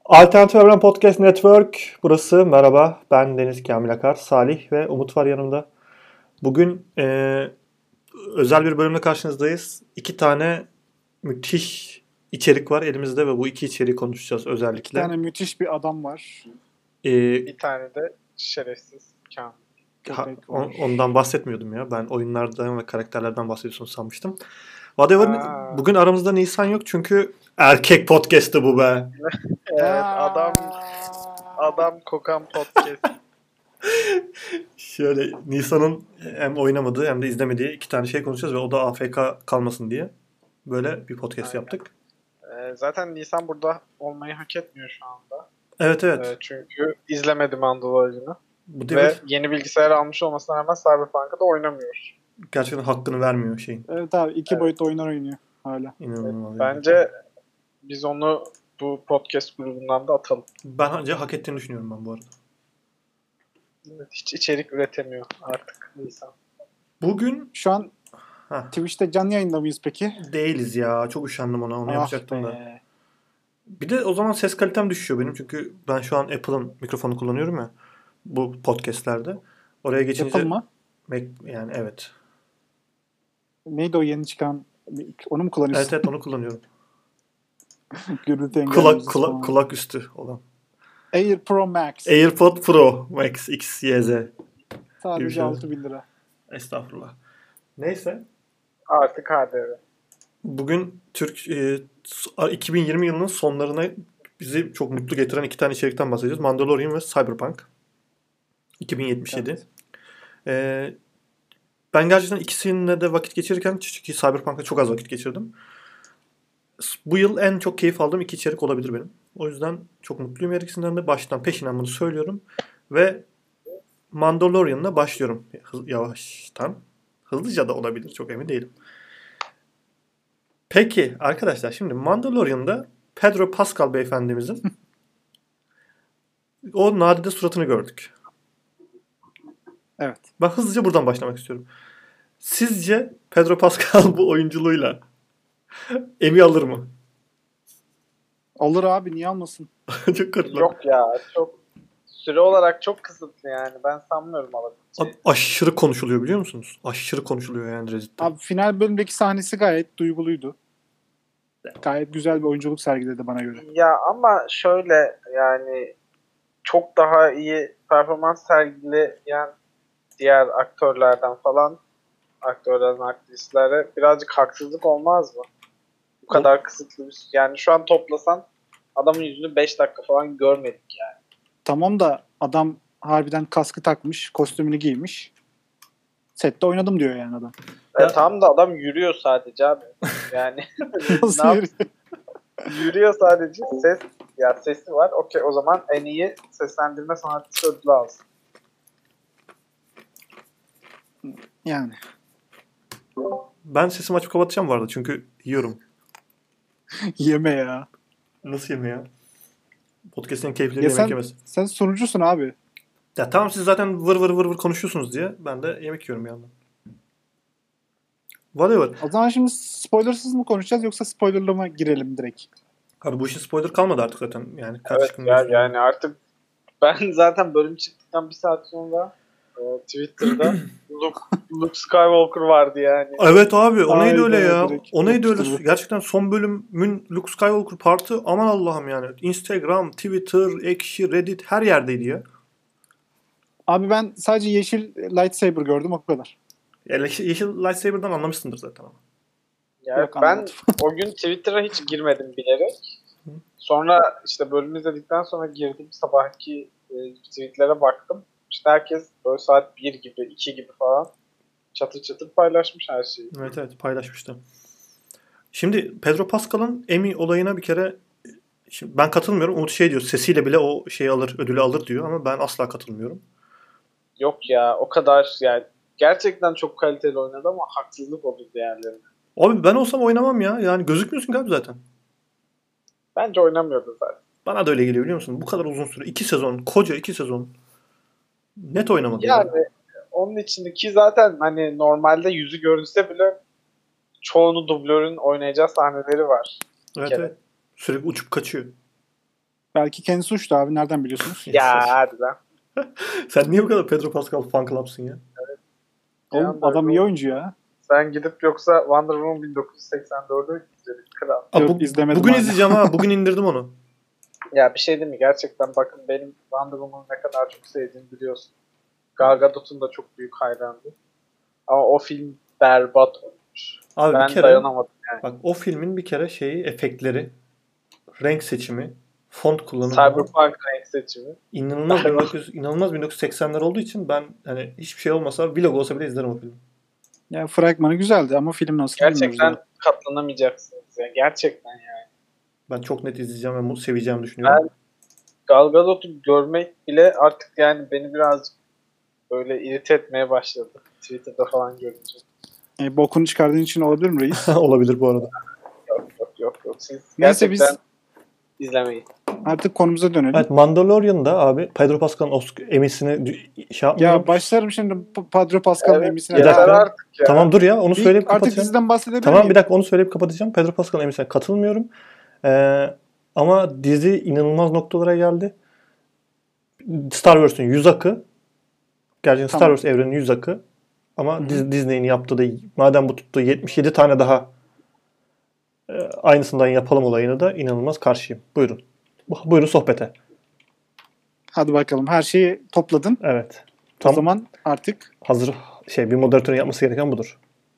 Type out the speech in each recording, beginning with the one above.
Alternatif Evren Podcast Network burası. Merhaba, ben Deniz Kamil Akar, Salih ve Umut var yanımda. Bugün özel bir bölümle karşınızdayız. İki tane müthiş içerik var elimizde ve bu iki içeriği konuşacağız Bir özellikle. tane müthiş bir adam var. Bir tane de şerefsiz Kamil. Köpek var. Ondan bahsetmiyordum ya. Ben oyunlardan ve karakterlerden bahsediyorsun sanmıştım. Whatever, bugün aramızda Nisan yok çünkü erkek podcast'ı bu be. Evet, adam kokan podcast. Şöyle Nisan'ın hem oynamadığı hem de izlemediği iki tane şey konuşacağız ve o da AFK kalmasın diye böyle bir podcast Aynen. yaptık. Zaten Nisan burada olmayı hak etmiyor şu anda. Evet. Çünkü izlemedi Mandalorian'ı. Bu Ve devir yeni bilgisayar almış olmasına rağmen Cyberpunk'ı da oynamıyor. gerçekten hakkını vermiyor şeyin. Evet abi iki boyutlu oyunlar oynuyor hala. İnanılmaz. Bence biz onu bu podcast grubundan da atalım. Bence hak ettiğini düşünüyorum ben bu arada. Hiç içerik üretemiyor artık Nisan. Bugün Şu an Twitch'te canlı yayında mıyız peki? değiliz ya. Çok üşendim ona. Onu yapacaktım da. Be. Bir de o zaman ses kalitem düşüyor benim. Çünkü ben şu an Apple'ın mikrofonu kullanıyorum ya. Bu podcastlerde. Oraya geçince... Apple mı? Yani evet. Neydi o yeni çıkan? Onu mu kullanıyorsun? Evet onu kullanıyorum. Gürültü engelliyoruz falan. Kulak üstü olan. Air Pro Max. AirPod Pro Max XYZ. Sadece şey. 6.000 lira. Estağfurullah. Neyse. Artık HDR. Bugün 2020 yılının sonlarına bizi çok mutlu getiren iki tane içerikten bahsedeceğiz. Mandalorian ve Cyberpunk. 2077. Evet. Ben gerçekten ikisinde de vakit geçirirken çünkü Cyberpunk'ta çok az vakit geçirdim. Bu yıl en çok keyif aldığım iki içerik olabilir benim. O yüzden çok mutluyum her ikisinden de. Baştan peşinden bunu söylüyorum. Ve Mandalorian'la başlıyorum. Yavaştan. Hızlıca da olabilir. Çok emin değilim. Peki arkadaşlar şimdi Mandalorian'da Pedro Pascal beyefendimizin o nadide suratını gördük. Evet. Ben hızlıca buradan başlamak istiyorum. Sizce Pedro Pascal bu oyunculuğuyla Emmy alır mı? Alır abi niye almasın? Çok kötü. Yok ya çok süre olarak çok kısıtlı yani. Ben sanmıyorum alabileceğini. Aşırı konuşuluyor biliyor musunuz? Aşırı konuşuluyor yani Reddit'te. Abi final bölümdeki sahnesi gayet duyguluydu. Gayet güzel bir oyunculuk sergiledi bana göre. Ya ama şöyle yani çok daha iyi performans sergileyen diğer aktörlerden aktrislere birazcık haksızlık olmaz mı? Bu kadar kısıtlı bir yani şu an toplasan adamın yüzünü 5 dakika falan görmedik yani. Tamam da adam harbiden kaskı takmış, kostümünü giymiş. Sette oynadım diyor yani adam. Tam da adam yürüyor sadece abi. Yani Nasıl ne yürüyor? yürüyor sadece sesi var. Okey o zaman en iyi seslendirme sanatçısı ödülü alsın. Yani. Ben sesimi açıp kapatacağım bu arada çünkü yiyorum. Yeme ya. Nasıl yeme ya? Podcast'in keyifleri yemek yemez. Sen sunucusun abi. Ya tamam siz zaten vır vır konuşuyorsunuz diye ben de yemek yiyorum bir yandan. Whatever. O zaman şimdi spoilersız mı konuşacağız yoksa spoilerla mı girelim direkt? Abi bu işin spoiler kalmadı artık zaten. Yani Evet ya yani artık ben zaten bölüm çıktıktan bir saat sonra Twitter'da Luke Skywalker vardı yani. Evet abi o neydi öyle ya? Direkt O neydi öyle? yapıştırdı. Gerçekten son bölümün Luke Skywalker partı aman Allah'ım yani. Instagram, Twitter, Ekşi, Reddit her yerdeydi ya. Abi ben sadece yeşil lightsaber gördüm o kadar. Yani yeşil lightsaber'dan anlamışsındır zaten ama. Yani Yok, ben anlamadım. o gün Twitter'a hiç girmedim bilerek. Sonra işte bölümü izledikten sonra girdim sabahki tweetlere baktım. İşte herkes böyle saat 1 gibi 2 gibi falan çatır çatır paylaşmış her şeyi. Evet paylaşmıştım. Şimdi Pedro Pascal'ın Emmy olayına bir kere şimdi ben katılmıyorum. Umut şey diyor sesiyle bile o şeyi alır, ödülü alır diyor ama ben asla katılmıyorum. Yok ya o kadar yani gerçekten çok kaliteli oynadı ama haksızlık olur diğerlerine. Abi ben olsam oynamam ya. Yani gözükmüyorsun galiba zaten. Bence oynamıyordu zaten. Bana da öyle geliyor biliyor musun? Bu kadar uzun süre. 2 sezon. Koca 2 sezon. Net oynamadı Yani ya. onun içindeki zaten hani normalde yüzü görünse bile çoğunu dublörün oynayacağı sahneleri var. Evet. Sürekli uçup kaçıyor. Belki kendisi uçtu abi. Nereden biliyorsunuz? Ya hadi lan. Sen niye bu kadar Pedro Pascal fan club'sın ya? Oğlum adam iyi oyuncu ya. Sen gidip yoksa Wonder Woman 1984'ü izledin kral. Aa, Yok, izlemedim bugün hala. izleyeceğim ha. Bugün indirdim onu. Ya bir şey değil mi? Gerçekten bakın benim Wonder Woman'ı ne kadar çok sevdiğimi biliyorsun. Gal Gadot'un da çok büyük hayrandı. Ama o film berbat olmuş. Abi Ben bir kere dayanamadım yani. bak o filmin bir kere efektleri, renk seçimi, font kullanımı Cyberpunk renk seçimi. inanılmaz 1980'ler olduğu için ben hani hiçbir şey olmasa vlog olsa bile izlerim o filmi. Ya fragmanı güzeldi ama film nasıl bilmiyoruz. Gerçekten Yani. katlanamayacaksınız. Yani. Gerçekten yani. Ben çok net izleyeceğim ve seveceğimi düşünüyorum. Ben Gal Gadot'u görmek bile artık yani beni birazcık böyle irite etmeye başladı. Twitter'da falan görünce. Bokunu çıkardığın için olabilir mi reis? Olabilir bu arada. Yok. Siz Neyse gerçekten biz izlemeyin. artık konumuza dönelim. Evet, Mandalorian'da abi Pedro Pascal'ın emisini yapmıyorum. Ya başlarım şimdi Pedro Pascal'ın Evet, emisine. Bir dakika. yeter artık ya. Tamam dur ya onu Bir söyleyip artık kapatacağım. diziden bahsedebilir Tamam miyim? bir dakika onu söyleyip kapatacağım. Pedro Pascal'ın emisine katılmıyorum. Ama dizi inanılmaz noktalara geldi. Star Wars'un 100 akı. Gerçekten Star Tamam. Wars evrenin 100 akı. Ama Hı-hı. Disney'in yaptığı da madem bu tuttu 77 tane daha aynısından yapalım olayını da inanılmaz karşıyım. Buyurun. Buyurun sohbete. Hadi bakalım. Her şeyi topladın. Evet. O Tam zaman artık hazır bir moderatörün yapması gereken budur.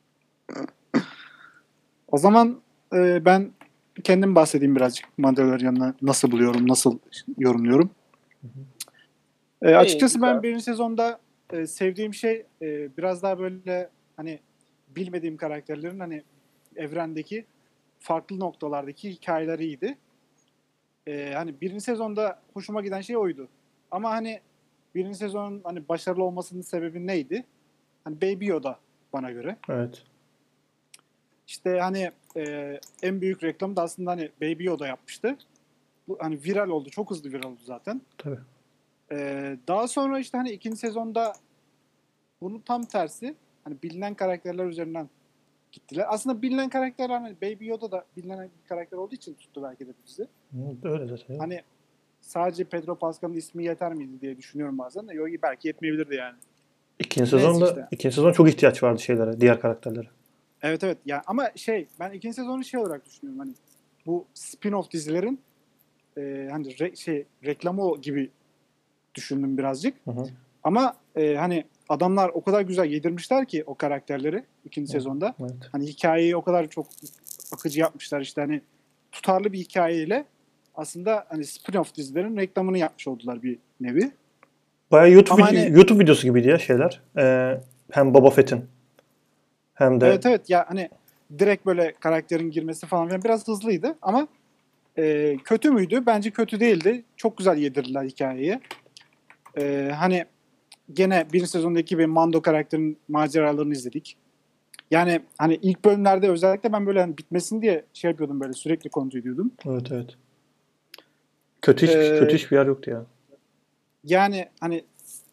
o zaman ben kendim bahsedeyim birazcık. Mandalorian'ı nasıl buluyorum, nasıl yorumluyorum. Açıkçası güzel. ben birinci sezonda sevdiğim şey biraz daha böyle hani bilmediğim karakterlerin hani evrendeki farklı noktalardaki hikayeleriydi. Hani birinci sezonda hoşuma giden şey oydu. Ama hani birinci sezonun hani başarılı olmasının sebebi neydi? Hani Baby Yoda bana göre. Evet. İşte hani en büyük reklamı da aslında hani Baby Yoda yapmıştı. Bu hani viral oldu. Çok hızlı viral oldu zaten. Tabii. Daha sonra işte hani ikinci sezonda bunun tam tersi. Hani bilinen karakterler üzerinden gittiler. Aslında bilinen karakterler hani Baby Yoda da bilinen bir karakter olduğu için tuttu belki de bu dizi. Öyle zaten. Hani sadece Pedro Pascal'ın ismi yeter miydi diye düşünüyorum bazen de. Yok belki yetmeyebilirdi yani. İkinci Neyse sezonda işte. ikinci sezon çok ihtiyaç vardı şeylere, diğer karakterlere. Evet ya ama ben ikinci sezonu olarak düşünüyorum hani bu spin-off dizilerin hani reklamı gibi düşündüm birazcık. Hı. Ama hani adamlar o kadar güzel yedirmişler ki o karakterleri ikinci sezonda. Evet. Hani hikayeyi o kadar çok akıcı yapmışlar işte hani tutarlı bir hikayeyle aslında hani spin-off dizilerin reklamını yapmış oldular bir nevi. Bayağı Ama YouTube videosu gibiydi ya şeyler. Hem Boba Fett'in hem de evet ya hani direkt böyle karakterin girmesi falan filan biraz hızlıydı ama kötü müydü? Bence kötü değildi. Çok güzel yedirdiler hikayeyi. Hani gene bir sezondaki bir Mando karakterinin maceralarını izledik. Yani hani ilk bölümlerde özellikle ben böyle hani bitmesin diye yapıyordum böyle sürekli kontrol ediyordum. Evet. Kötü hiçbir yer yoktu ya. Yani hani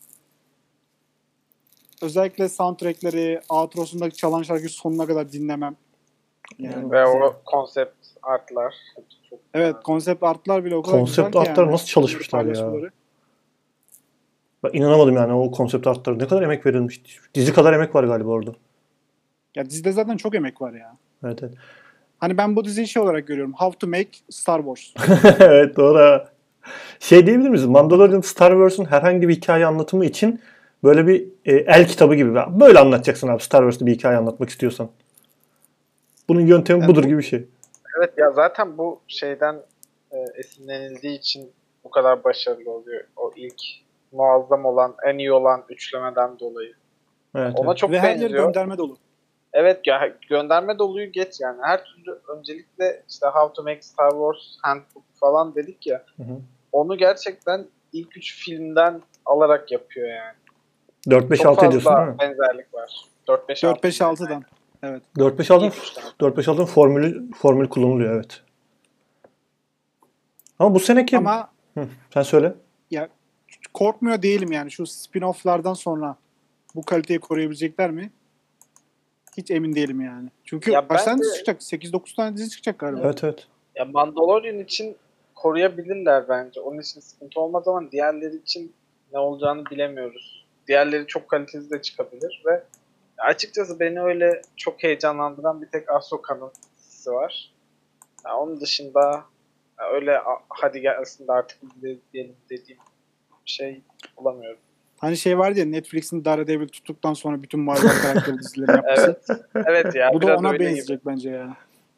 özellikle soundtrackleri, outro'sundaki çalan şarkıyı sonuna kadar dinlemem. Yani Ve o konsept artlar. Çok evet, konsept artlar bile o kadar güzel Konsept ki artlar yani. nasıl çalışmışlar ya? Paylaşımları. Ben inanamadım yani o konsept artlara. Ne kadar emek verilmiş. Dizi kadar emek var galiba orada. Ya dizide zaten çok emek var ya. Evet. Hani ben bu diziyi olarak görüyorum. How to make Star Wars. Evet doğru. Diyebilir miyiz? Mandalorian Star Wars'un herhangi bir hikaye anlatımı için böyle bir el kitabı gibi. Böyle anlatacaksın abi Star Wars'ta bir hikaye anlatmak istiyorsan. Bunun yöntemi Yani budur gibi bir şey. Evet ya zaten bu şeyden esinlenildiği için bu kadar başarılı oluyor. O ilk muazzam olan, en iyi olan üçlemeden dolayı. Evet, Ona çok ve her yer benziyor. gönderme dolu. Evet ya gönderme doluyu geç yani. Her türlü öncelikle işte How to Make Star Wars Handbook falan dedik ya. Hı. Onu gerçekten ilk 3 filmden alarak yapıyor yani. 4-5-6 ediyorsun değil mi? Benzerlik var. 4-5-6'dan. Evet. 4-5-6'ın formülü kullanılıyor evet. Ama bu seneki Ama sen söyle. ya korkmuyor değilim yani. Şu spin-off'lardan sonra bu kaliteyi koruyabilecekler mi? Hiç emin değilim yani. Çünkü Ya kaç tane bence- dizi çıkacak? 8-9 tane dizi çıkacak galiba. Evet. Ya Mandalorian için koruyabilirler bence. Onun için sıkıntı olmaz ama diğerleri için ne olacağını bilemiyoruz. Diğerleri çok kaliteli de çıkabilir ve açıkçası beni öyle çok heyecanlandıran bir tek Ahsoka'nın dizisi var. Yani onun dışında öyle hadi gelsin de artık izleyelim dediğim şey bulamıyorum. Hani şey vardı ya, Netflix'in Daredevil tuttuktan sonra bütün Marvel karakteri dizileri yapması. Evet. Evet ya. Bu da biraz ona öyle benzeyecek gibi. bence ya.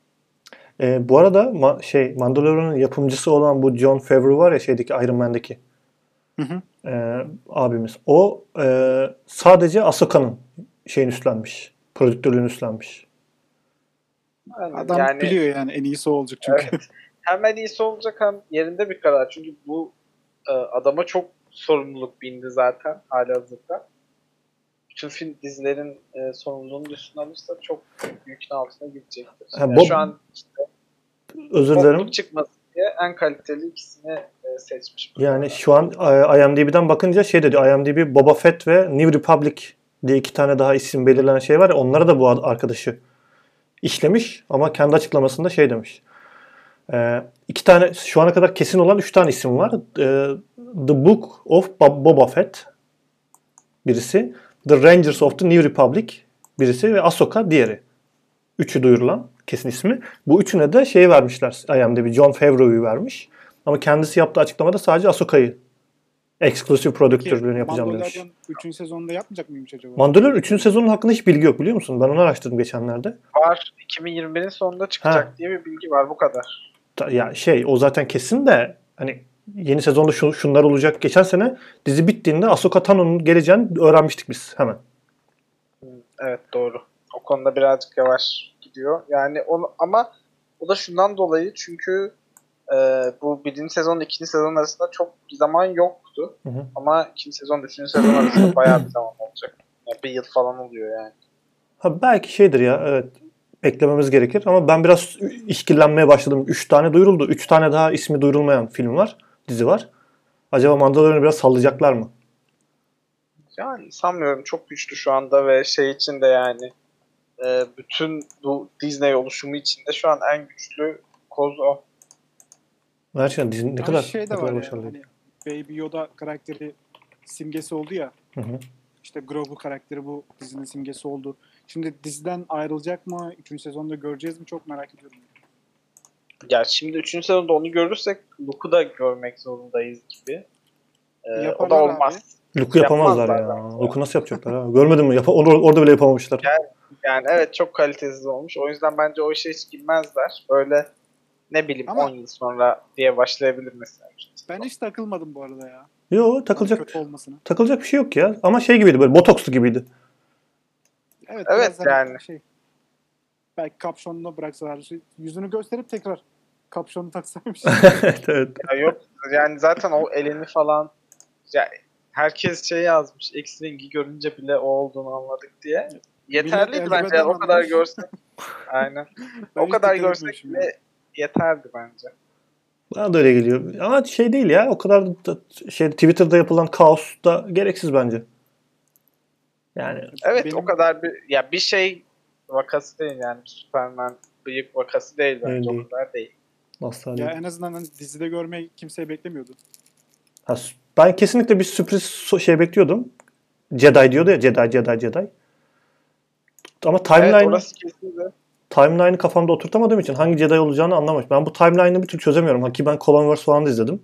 Bu arada Mandalorian'ın yapımcısı olan bu Jon Favreau var ya şeydeki Iron Man'deki Hı hı. abimiz. O sadece Ahsoka'nın şeyini üstlenmiş. Prodüktörlüğünü üstlenmiş. Adam Yani, biliyor yani en iyisi o olacak çünkü. evet. Hem en iyisi olacak hem yerinde bir karar. Çünkü bu adama çok sorumluluk bindi zaten halihazırda. Bütün film dizilerin sorumluluğunu üstüne alırsa çok büyük altına gidecektir. Yani şu an işte özür dilerim. bokluk çıkmasın diye en kaliteli ikisini seçmiş. Yani şu an IMDb'den bakınca şey dedi. IMDb Boba Fett ve New Republic diye iki tane daha isim belirlenen şey var ya, onlara da bu arkadaşı işlemiş ama kendi açıklamasında şey demiş. İki tane şu ana kadar kesin olan 3 tane isim var. The Book of Boba Fett birisi, The Rangers of the New Republic birisi ve Ahsoka diğeri. Üçü duyurulan kesin ismi. Bu üçüne de şey vermişler. IMDb Jon Favreau'yu vermiş. Ama kendisi yaptığı açıklamada sadece Ahsoka'yı eksklusif prodüktörlüğünü yapacağım demiş. Mandalorian 3. sezonunda yapmayacak mıymış acaba? Mandalorian 3. sezonun hakkında hiç bilgi yok biliyor musun? Ben onu araştırdım geçenlerde. Var. 2021'in sonunda çıkacak diye bir bilgi var. Bu kadar. Ya o zaten kesin de hani yeni sezonda şunlar olacak. Geçen sene dizi bittiğinde Ahsoka Tano'nun geleceğini öğrenmiştik biz hemen. Evet doğru. O konuda birazcık yavaş gidiyor. Yani onu ama o da şundan dolayı çünkü bu birinci sezonla ikinci sezon arasında çok bir zaman yoktu. Hı hı. Ama ikinci sezon üçüncü sezon arasında bayağı bir zaman olacak. Yani bir yıl falan oluyor yani. Ha, belki şeydir ya, evet, beklememiz gerekir ama ben biraz işkillenmeye başladım. 3 tane duyuruldu. 3 tane daha ismi duyurulmayan film var, dizi var. Acaba Mandalorian'ı biraz sallayacaklar mı? Yani sanmıyorum, çok güçlü şu anda ve şey için de yani bütün bu Disney oluşumu içinde şu an en güçlü koz o. Gerçekten dizi ne Ama kadar, şey ne de kadar var ya, başarılı. hani Baby Yoda karakteri simgesi oldu ya. Hı hı. İşte Grogu karakteri bu dizinin simgesi oldu. Şimdi diziden ayrılacak mı? 3. sezonda göreceğiz mi? Çok merak ediyorum. Ya şimdi 3. sezonda onu görürsek Luke'u da görmek zorundayız gibi. O da Yaparlar olmaz. Luke'u yapamazlar ya. Yapmazlar. Luke'u nasıl yapacaklar ha? Görmedin mi? Orada bile yapamamışlar. Yani evet, çok kalitesiz olmuş. O yüzden bence o işe hiç girmezler. Böyle ne bileyim Ama 10 yıl sonra diye başlayabilir mesela. ben hiç takılmadım bu arada ya. Yo, takılacak Kötü olmasına. takılacak bir şey yok ya. Ama şey gibiydi, böyle botokslu gibiydi. Evet Evet, biraz hani yani. şey, belki kapşonunu bıraksalar, yüzünü gösterip tekrar kapşonu taksaymış. Evet, evet. Ya yok yani zaten o elini falan, ya herkes şey yazmış. X-Wing'i görünce bile o olduğunu anladık diye. Yeterliydi Millet bence. Yani o kadar eldivenle görsek. Aynen. Ben O hiç kadar dikkat görsek etmemişim bile ya. yeterdi bence. Bana da öyle geliyor. Ama şey değil ya. O kadar da Twitter'da yapılan kaos da gereksiz bence. Yani Evet, Benim o kadar bir şey vakası değil yani. Bir Superman bıyık vakası değil bence. Değil. O kadar değil. asla ya değil. en azından hani dizide görmeyi kimse beklemiyordu. Ha, ben kesinlikle bir sürpriz şey bekliyordum. Jedi diyordu ya. Jedi. Ama Evet, orası kesinlikle. timeline'ı kafamda oturtamadığım için hangi Jedi olacağını anlamadım. Ben bu timeline'ı bir türlü çözemiyorum. Ki ben Clone Wars falan da izledim.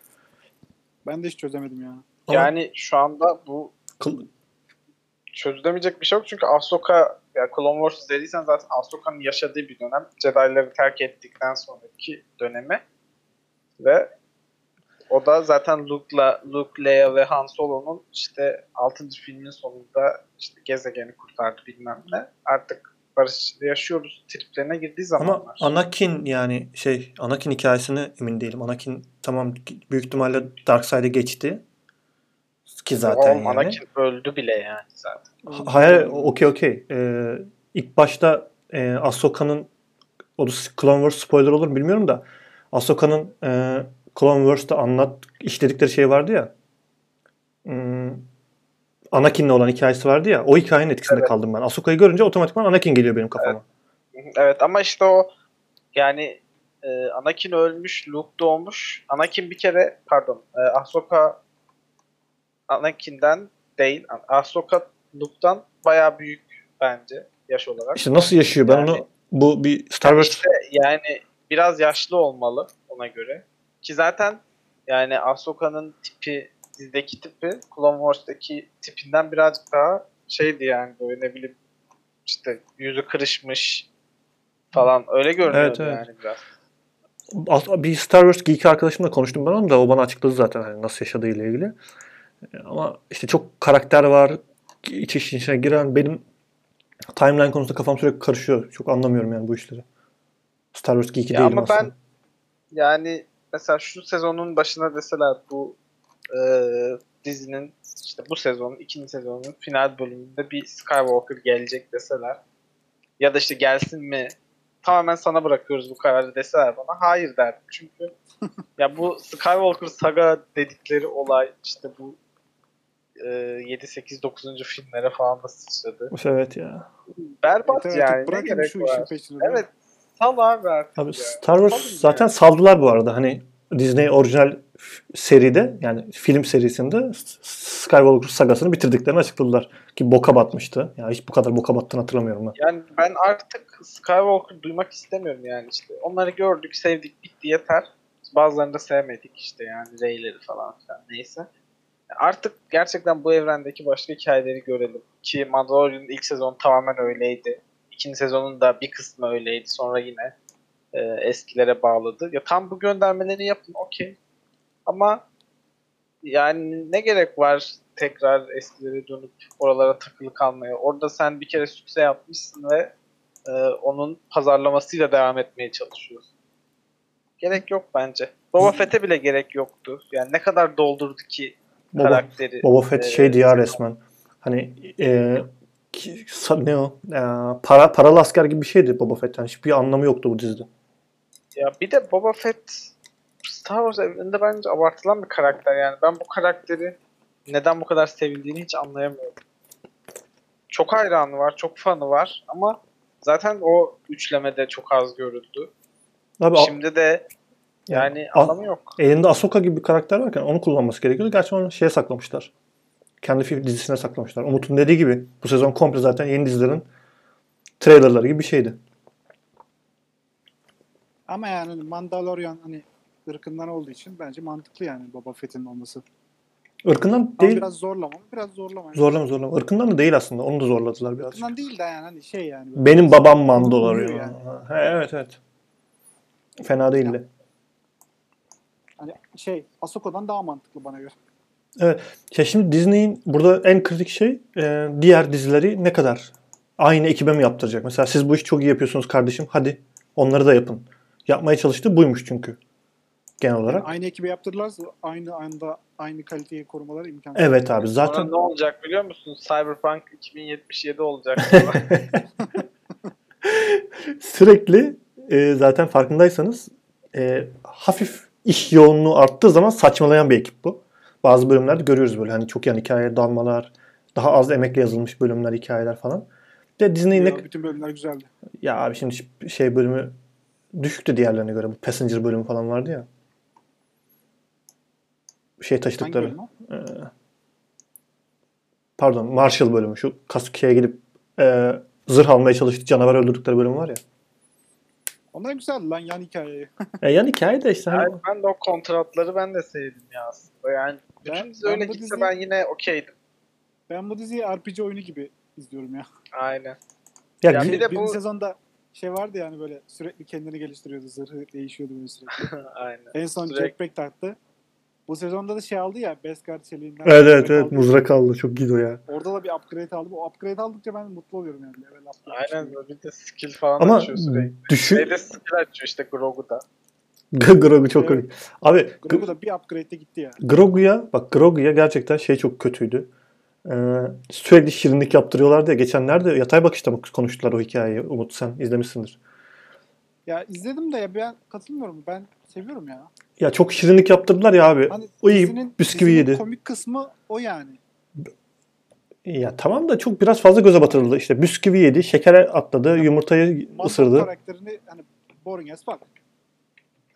Ben de hiç çözemedim ya. Ama Yani şu anda bu çözülemeyecek bir şey yok çünkü Ahsoka, ya Clone Wars izlediysen zaten Ahsoka'nın yaşadığı bir dönem. Jedi'ları terk ettikten sonraki dönemi ve o da zaten Luke, Leia ve Han Solo'nun işte 6. filmin sonunda işte gezegeni kurtardı bilmem ne. Artık barış yaşıyoruz triplerine girdiği Ama zamanlar. Anakin, yani Anakin hikayesine emin değilim. Anakin tamam, büyük ihtimalle Darkseid'e geçti. Ki zaten Oğlum, yani. Anakin öldü bile yani zaten. Hayır, okey. İlk başta Ahsoka'nın, o da Clone Wars spoiler olur mu bilmiyorum da, Ahsoka'nın Clone Wars'ta işledikleri şey vardı ya. Anakin'le olan hikayesi vardı ya. O hikayenin etkisinde Evet. kaldım ben. Ahsoka'yı görünce otomatikman Anakin geliyor benim kafama. Evet ama işte o yani Anakin ölmüş, Luke doğmuş. Anakin bir kere Ahsoka Anakin'den değil. Ahsoka Luke'dan bayağı büyük bence yaş olarak. İşte nasıl yaşıyor? Ben Yani- onu bu bir Star Wars İşte yani biraz yaşlı olmalı ona göre. Ki zaten yani Ahsoka'nın tipi, dizideki tipi Clone Wars'taki tipinden birazcık daha şeydi yani böyle ne bileyim işte yüzü kırışmış falan öyle görünüyordu Evet. yani biraz. Bir Star Wars geek arkadaşımla konuştum ben onu da o bana açıkladı zaten hani nasıl yaşadığı ile ilgili. Ama işte çok karakter var. İçin içine giren benim timeline konusunda kafam sürekli karışıyor. Çok anlamıyorum yani bu işleri. Star Wars geek'i Ya değilim ama aslında. ben yani mesela şu sezonun başına deseler bu dizinin işte bu sezonun ikinci sezonun final bölümünde bir Skywalker gelecek deseler ya da işte gelsin mi tamamen sana bırakıyoruz bu kararı deseler bana hayır derdim. Çünkü ya bu Skywalker saga dedikleri olay işte bu 7 8 9. filmlere falan da sıçradı. Evet ya. Berbat Yeter yani artık, ne bırakın gerek şu işin var? peşini. değil mi? Evet sal abi artık Abi ya. Star Wars Salın zaten yani. saldılar bu arada. Hani Disney orijinal seride yani film serisinde Skywalker sagasını bitirdiklerini açıkladılar. Ki boka batmıştı. Ya hiç bu kadar boka battığını hatırlamıyorum ben. Yani ben artık Skywalker duymak istemiyorum yani işte. Onları gördük, sevdik, bitti yeter. Bazılarını da sevmedik işte yani Rey'leri falan filan neyse. Artık gerçekten bu evrendeki başka hikayeleri görelim. Ki Mandalorian'ın ilk sezonu tamamen öyleydi. İkinci sezonun da bir kısmı öyleydi. Sonra yine eskilere bağladı. Ya tam bu göndermeleri yapın okey. Ama yani ne gerek var tekrar eskilere dönüp oralara takılı kalmaya? Orada sen bir kere sükse yapmışsın ve onun pazarlamasıyla devam etmeye çalışıyorsun. Gerek yok bence. Boba Fett'e bile gerek yoktu. Yani ne kadar doldurdu ki karakteri. Boba Fett şeydi ya resmen. Hani ne o? Paralı asker gibi bir şeydi Boba Fett. Yani hiçbir anlamı yoktu bu dizide. Ya bir de Boba Fett Star Wars evreninde bence abartılan bir karakter yani. Ben bu karakteri neden bu kadar sevildiğini hiç anlayamıyorum. Çok hayranı var, çok fanı var ama zaten o üçlemede çok az görüldü. Abi Şimdi de yani anlamı yok. elinde Ahsoka gibi bir karakter varken onu kullanması gerekiyordu. Gerçi onu şeye saklamışlar. Kendi dizisine saklamışlar. Umut'un dediği gibi bu sezon komple zaten yeni dizilerin trailerları gibi bir şeydi. Ama yani Mandalorian hani ırkından olduğu için bence mantıklı yani Boba Fett'in olması. Irkından Ama değil. biraz zorlama. Biraz zorlama. Zorlama. Irkından da değil aslında. Onu da zorladılar birazcık. Irkından değil de yani hani şey yani. böyle Benim biraz babam Mandalor uyuyor ya. yani. Evet. Fena değildi. Hani şey Ahsoka'dan daha mantıklı bana göre. Evet. Ya şimdi Disney'in burada en kritik şey diğer dizileri ne kadar aynı ekibe mi yaptıracak? Mesela siz bu işi çok iyi yapıyorsunuz kardeşim. Hadi onları da yapın. Yapmaya çalıştığı buymuş çünkü. Genel Yani olarak. aynı ekibi yaptırırlarsa aynı anda aynı kaliteyi korumaları imkansız. Evet abi Sonra zaten ne olacak biliyor musun? Cyberpunk 2077 olacak. sürekli zaten farkındaysanız hafif iş yoğunluğu arttığı zaman saçmalayan bir ekip bu. Bazı bölümlerde görüyoruz böyle hani çok yan hikaye dalmalar, daha az emekle yazılmış bölümler, hikayeler falan. De Disney'in Ya, bütün bölümler güzeldi. ya abi şimdi şey bölümü düşüktü diğerlerine göre. Bu Passenger bölümü falan vardı ya. Şey Hangi taşıdıkları. bölüm o? Pardon, Marshall bölümü. Şu Kasuke'ye gidip zırh almaya çalıştığı canavar öldürdükleri bölüm var ya. Onlar güzeldi lan yan hikayeyi. Yani hikaye de işte hani Yani ben de o kontratları ben de sevdim ya aslında. Yani bütün dizi öyle bu gitse diziyi- ben yine okeydim. Ben bu diziyi RPG oyunu gibi izliyorum ya. Aynen. ya Ya gü- bir de Birinci bu sezonda şey vardı yani böyle sürekli kendini geliştiriyordu. Zırhı değişiyordu böyle sürekli. aynen. En son Sürekli- jetpack taktı. Bu sezonda da şey aldı ya Beskar çeliğinden. evet aldı. mızrak aldı çok iyi o ya. Orada da bir upgrade aldım. O upgrade aldıkça ben mutlu oluyorum yani. Level up yapmış Aynen gibi. böyle bir de skill falan Ama açıyor sürekli. düşün Şeyde skill açıyor işte Grogu'da. Grogu çok Evet. komik. Abi Grogu da bir upgrade'de gitti ya. Grogu'ya gerçekten şey çok kötüydü. Sürekli şirinlik yaptırıyorlardı ya. Geçenlerde yatay bakışta mı konuştular o hikayeyi? Umut sen izlemişsindir. Ya izledim de ya ben katılmıyorum. Ben seviyorum ya. Ya çok şirinlik yaptırdılar ya abi. Hani O iyi dizinin bisküvi yedi. komik kısmı o yani. Ya tamam da çok biraz fazla göze batırıldı. İşte bisküvi yedi, şekere atladı, yumurtayı Mando ısırdı. karakterini hani boring as fuck.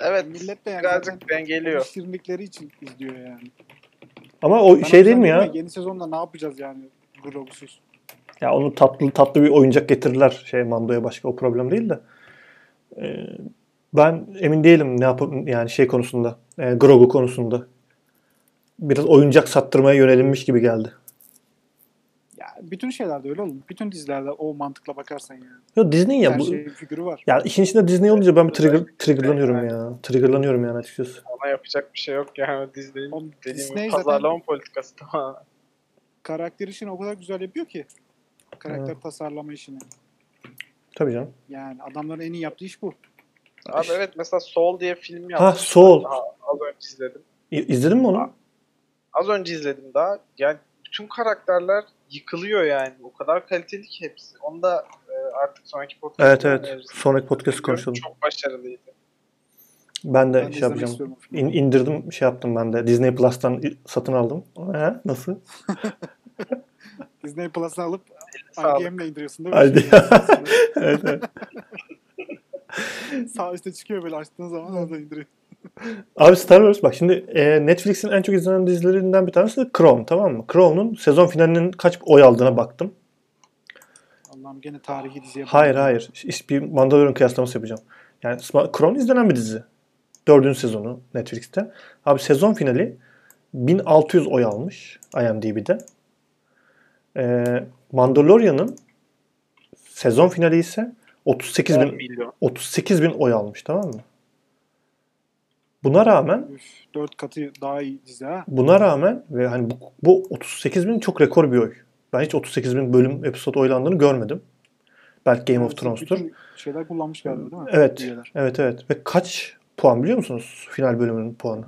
Evet. Millet de yani Birazcık zaten dengeliyor. şirinlikleri için izliyor yani. Ama o Ben şey o değil yüzden mi diyorum ya? Yeni sezonda ne yapacağız yani Grogu'suz? Ya onu tatlı tatlı bir oyuncak getirdiler Mando'ya, başka o problem değil de. Ee, Ben emin değilim ne yapıp yani şey konusunda, Grogu konusunda. Biraz oyuncak sattırmaya yönelinmiş gibi geldi. Ya bütün şeylerde öyle oğlum. Bütün dizilerde o mantıkla bakarsan yani. Ya Disney ya Her bu. şeyin figürü var. Ya işin içinde Disney olunca ben bir Özellikle triggerlanıyorum yani. ya. Triggerlanıyorum yani açıkçası. Ona yapacak bir şey yok yani. Disney'in Oğlum, dediğim gibi Disney zaten pazarlama politikası tamamen. karakter işini o kadar güzel yapıyor ki. Karakter Evet. tasarlama işini. Tabii canım. Yani adamların en iyi yaptığı iş bu. Abi evet, mesela Soul diye film Ha, yapmış. Soul. Daha az önce izledim. İzledin mi onu? Az önce izledim daha. Yani bütün karakterler yıkılıyor yani. O kadar kaliteli ki hepsi. Onu da artık sonraki Evet, podcast'ta evet. öneririz. Sonraki podcast Biliyorum, konuşalım. çok başarılıydı. Ben de Ben de şey izlemek yapacağım. istiyorum o filmi. İndirdim, şey yaptım ben de. Disney Plus'tan satın aldım. Nasıl? Disney Plus'ı alıp Sağlık. IGM'le indiriyorsun değil mi? Hadi. Şeyin arasında. Evet, evet. Sağ üstte çıkıyor böyle açtığın zaman orada indiriyor. Abi Star Wars bak şimdi, Netflix'in en çok izlenen dizilerinden bir tanesi de Crown, tamam mı? Crown'un sezon finalinin kaç oy aldığına baktım. Allah'ım gene tarihi diziye Hayır, bağlı. hayır. İşte bir Mandalorian kıyaslaması yapacağım. Yani Crown izlenen bir dizi. Dördüncü sezonu Netflix'te. Abi sezon finali 1600 oy almış IMDb'de. Mandalorian'ın sezon finali ise 38 10 bin, milyon. 38 bin oy almış, tamam mı? Buna rağmen Üf, 4 katı daha iyi dizi ha. ve hani bu 38 bin çok rekor bir oy. Ben hiç 38 bin bölüm episode oylandığını görmedim. Belki Game of Yani Thrones'tur. bütün şeyler kullanmış galiba değil mi? Evet. Üyeler. Evet, evet. Ve kaç puan biliyor musunuz? Final bölümünün puanı.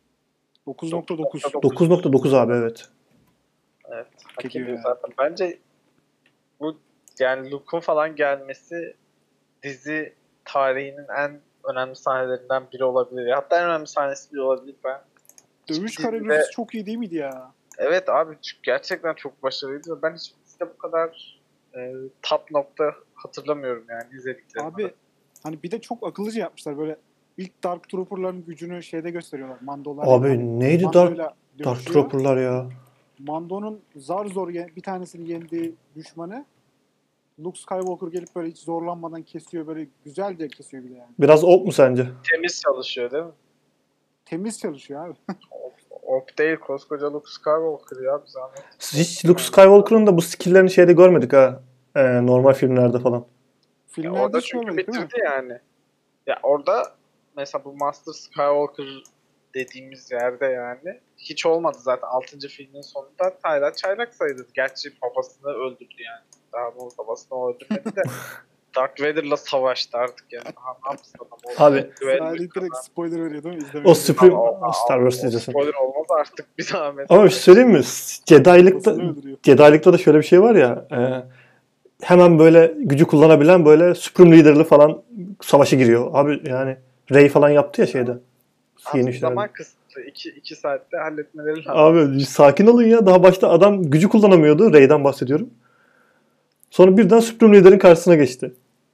9.9. 9.9 abi, evet. Evet. Hak Ediyor ediyor yani. zaten. Bence bu yani Luke'un falan gelmesi dizi tarihinin en önemli sahnelerinden biri olabilir. Hatta en önemli sahnesi bile olabilir. Ben Dövüş hiçbir koreografisi çok iyi değil miydi ya? evet abi, çünkü gerçekten çok başarılıydı ve ben hiçbir dizide bu kadar top nokta hatırlamıyorum yani izlediklerimde. Abi hani bir de çok akıllıca yapmışlar böyle ilk Dark Trooper'ların gücünü şeyde gösteriyorlar. Mandolar Abi hani neydi Mando'yla Dark dövüşüyor. Trooper'lar ya? Mando'nun zar zor bir tanesini yendiği düşmanı Luke Skywalker gelip böyle hiç zorlanmadan kesiyor, böyle güzelce kesiyor bir de yani. Biraz op mu sence? Temiz çalışıyor değil mi? Temiz çalışıyor abi. Op değil, koskoca Luke Skywalker ya, bir zahmet. Hiç Luke Skywalker'ın da bu skill'lerini şeyde görmedik ha. Normal filmlerde falan. Ya Filmlerde orada hiç çünkü görmedik değil mi? bitirdi yani. Ya orada mesela bu Master Skywalker dediğimiz yerde yani hiç olmadı zaten. 6. filmin sonunda Tyler çaylak sayılır. Gerçi babasını öldürdü yani. Daha bu babasını o öldürmedi de Darth Vader'la savaştı artık yani. Aha, ne yapsın adam? O Abi, Salih direkt spoiler veriyor değil mi? O İzlemeyi Supreme Star Wars o izlesin. spoiler olmaz artık, bir zahmet. Ama bir şey söyleyeyim mi? Babasını öldürüyor. Jedi'lıkta da şöyle bir şey var ya. Hemen böyle gücü kullanabilen böyle Supreme Leader'lı falan savaşa giriyor. Abi yani Rey falan yaptı ya şeyde. Yeni Abi işlerde. zaman kısıtlı. 2 saatte halletmeleri lazım. Abi bir sakin olun ya. Daha başta adam gücü kullanamıyordu. Rey'den bahsediyorum. Sonra birden Supreme Leader'ın karşısına geçti.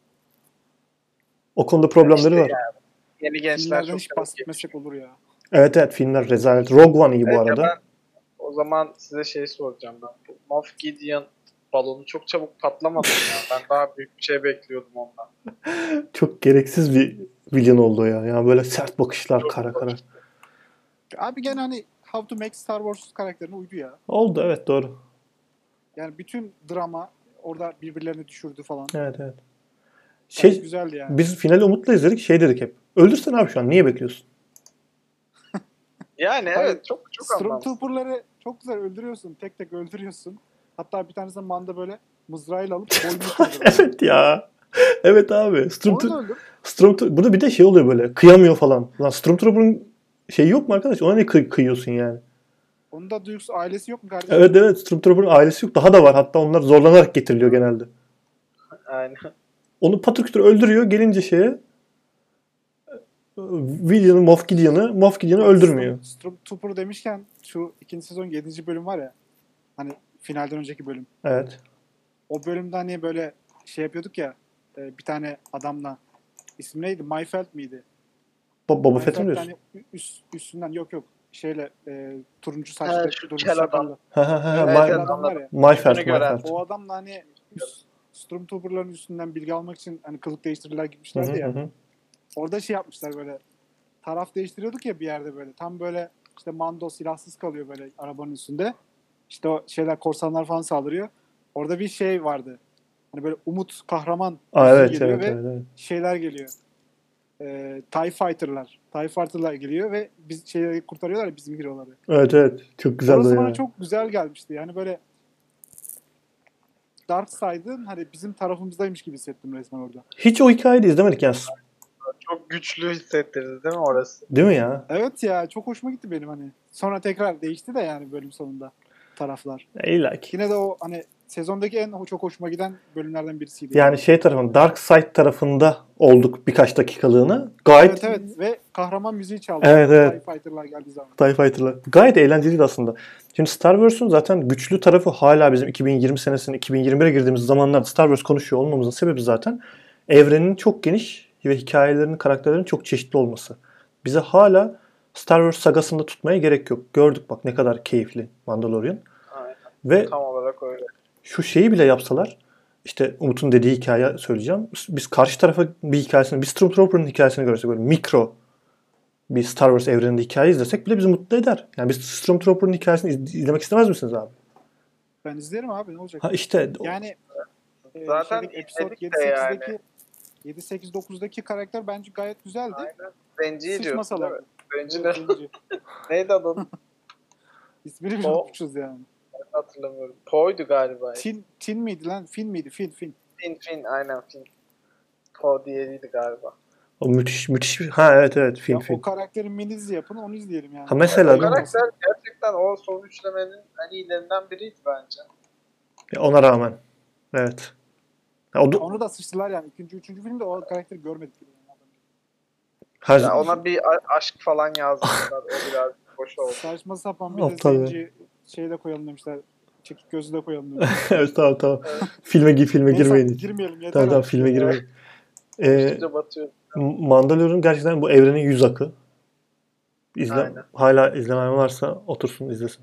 O konuda problemleri İşte var. yani yeni gençler Filmlerden çok hiç çabuk bahsetmesek olur ya. Evet, evet, filmler rezalet. Rogue One iyi bu Evet, ya arada. ben o zaman size şey soracağım ben. Bu Moff Gideon balonu çok çabuk patlamadı mı ya? Ben daha büyük bir şey bekliyordum ondan. Çok gereksiz bir villain oldu o ya. Yani böyle sert bakışlar, Çok kara kara. Abi gene hani How to Make Star Wars karakterine uydu ya. Oldu, evet, doğru. Yani bütün drama orada birbirlerini düşürdü falan. Evet, evet. Gayet güzeldi yani. Biz finali umutla izledik. Şey dedik hep. Öldürsen abi şu an. Niye bekliyorsun? Yani Hayır, evet, çok anlamsız. Stormtrooper'ları çok güzel öldürüyorsun. Tek tek öldürüyorsun. Hatta bir tanesini Manda böyle mızrağıyla alıp boynunu kırdı. Evet ya. Evet abi. Onu da öldür. Burada bir de şey oluyor böyle. Kıyamıyor falan. Lan Stormtrooper'ın şeyi yok mu arkadaş? Ona ne kıyıyorsun yani? Onun da duygusu ailesi yok mu kardeşim? Evet, evet. Stormtrooper'ın ailesi yok. Daha da var. Hatta onlar zorlanarak getiriliyor genelde. Aynen. Onu patır öldürüyor. Gelince şeye Moff Gideon'ı öldürmüyor. Stormtrooper demişken şu ikinci sezon 7. bölüm var ya. Hani finalden önceki bölüm. Evet. O bölümde hani böyle şey yapıyorduk ya. Bir tane adamla. İsmi neydi? Mayfeld miydi? Boba Fett'i mi Fett diyorsun? hani üstünden yok şeyle turuncu Ha, saçlı, şu turuncu kel adam. sakallı. Ha ha ha. Evet, Evet, kel evet, adam var ya. My Yüzünü Fert, My gören. Fert. O adamla hani Stormtrooper'ların üstünden bilgi almak için hani kılık değiştirirler Hı gitmişlerdi hı ya. hı. Orada şey yapmışlar böyle. Taraf değiştiriyorduk ya bir yerde böyle. Tam böyle işte Mando silahsız kalıyor böyle arabanın üstünde. İşte o şeyler korsanlar falan saldırıyor. Orada bir şey vardı. Hani böyle Umut kahraman Aa, üstü evet geliyor evet ve evet. Evet. şeyler geliyor. TIE Fighter'lar. TIE Fighter'lar geliyor ve biz şeyleri kurtarıyorlar ya bizim hero'ları. Evet evet. Çok güzeldi Orası ya. bana çok güzel gelmişti. Yani böyle Darkseid'ın hani bizim tarafımızdaymış gibi hissettim resmen orada. Hiç o hikayeyi de izlemedik yani. Çok güçlü hissettirdi değil mi orası? Değil mi ya? Evet ya çok hoşuma gitti benim hani. Sonra tekrar değişti de yani bölüm sonunda taraflar. İlla ki. Yine de o hani sezondaki en çok hoşuma giden bölümlerden birisiydi. Yani şey tarafında, Dark Side tarafında olduk birkaç dakikalığına. Gayet Evet ve kahraman müziği çaldı. Evet, evet. TIE Fighter'lar geldiği zaman. TIE Fighter'lar. Gayet eğlenceliydi aslında. Şimdi Star Wars'un zaten güçlü tarafı hala bizim 2020 senesinin 2021'e girdiğimiz zamanlarda Star Wars konuşuyor olmamızın sebebi zaten evrenin çok geniş ve hikayelerinin, karakterlerin çok çeşitli olması. Bize hala Star Wars sagasında tutmaya gerek yok. Gördük bak ne kadar keyifli Mandalorian. Aynen. Ve Tam olarak öyle. şu şeyi bile yapsalar, işte Umut'un dediği hikaye söyleyeceğim. Biz karşı tarafa bir hikayesini, bir Stormtrooper'ın hikayesini görsek böyle mikro bir Star Wars evreninde hikaye izlesek bile bizi mutlu eder. Yani biz Stormtrooper'ın hikayesini izlemek istemez misiniz abi? Ben izlerim abi ne olacak? Ha işte Yani Zaten episode izledik de yani. 7-8-9'daki karakter bence gayet güzeldi. Aynen. Zenciyi diyorsun değil Sıçmasalardı. mi? Zenci Evet, de. zenci. Neydi adamın? İsmini bile O. unutmuşuz yani. Hatırlamıyorum. Poe'ydu galiba. Tin miydi lan? Fin miydi? Fin. Fin. Aynen Fin. Poe diğeriydi galiba. o müthiş müthiş bir... Ha evet evet Ya film. o karakterin minizi yapın onu izleyelim yani. Ha mesela O değil mi? karakter gerçekten o son üçlemenin en iyilerinden biriydi bence. Ona rağmen. Evet. Ya o da, Onu da sıçtılar yani. Üçüncü filmde o karakteri görmedik bile. her, Ya ona bir aşk falan yazmışlar. O biraz boş oldu. Saçma sapan bir de Aptal ya. zenci şeyi de koyalım demişler. Çekik gözü de koyalım demişler. evet tamam. Evet. filme Neyse girmeyin. girmeyelim yeter Tamam artık. filme girmeyin. Konuştukça batıyor. Mandalorian gerçekten bu evrenin yüz akı. Aynen. Hala izlemeyen varsa otursun izlesin.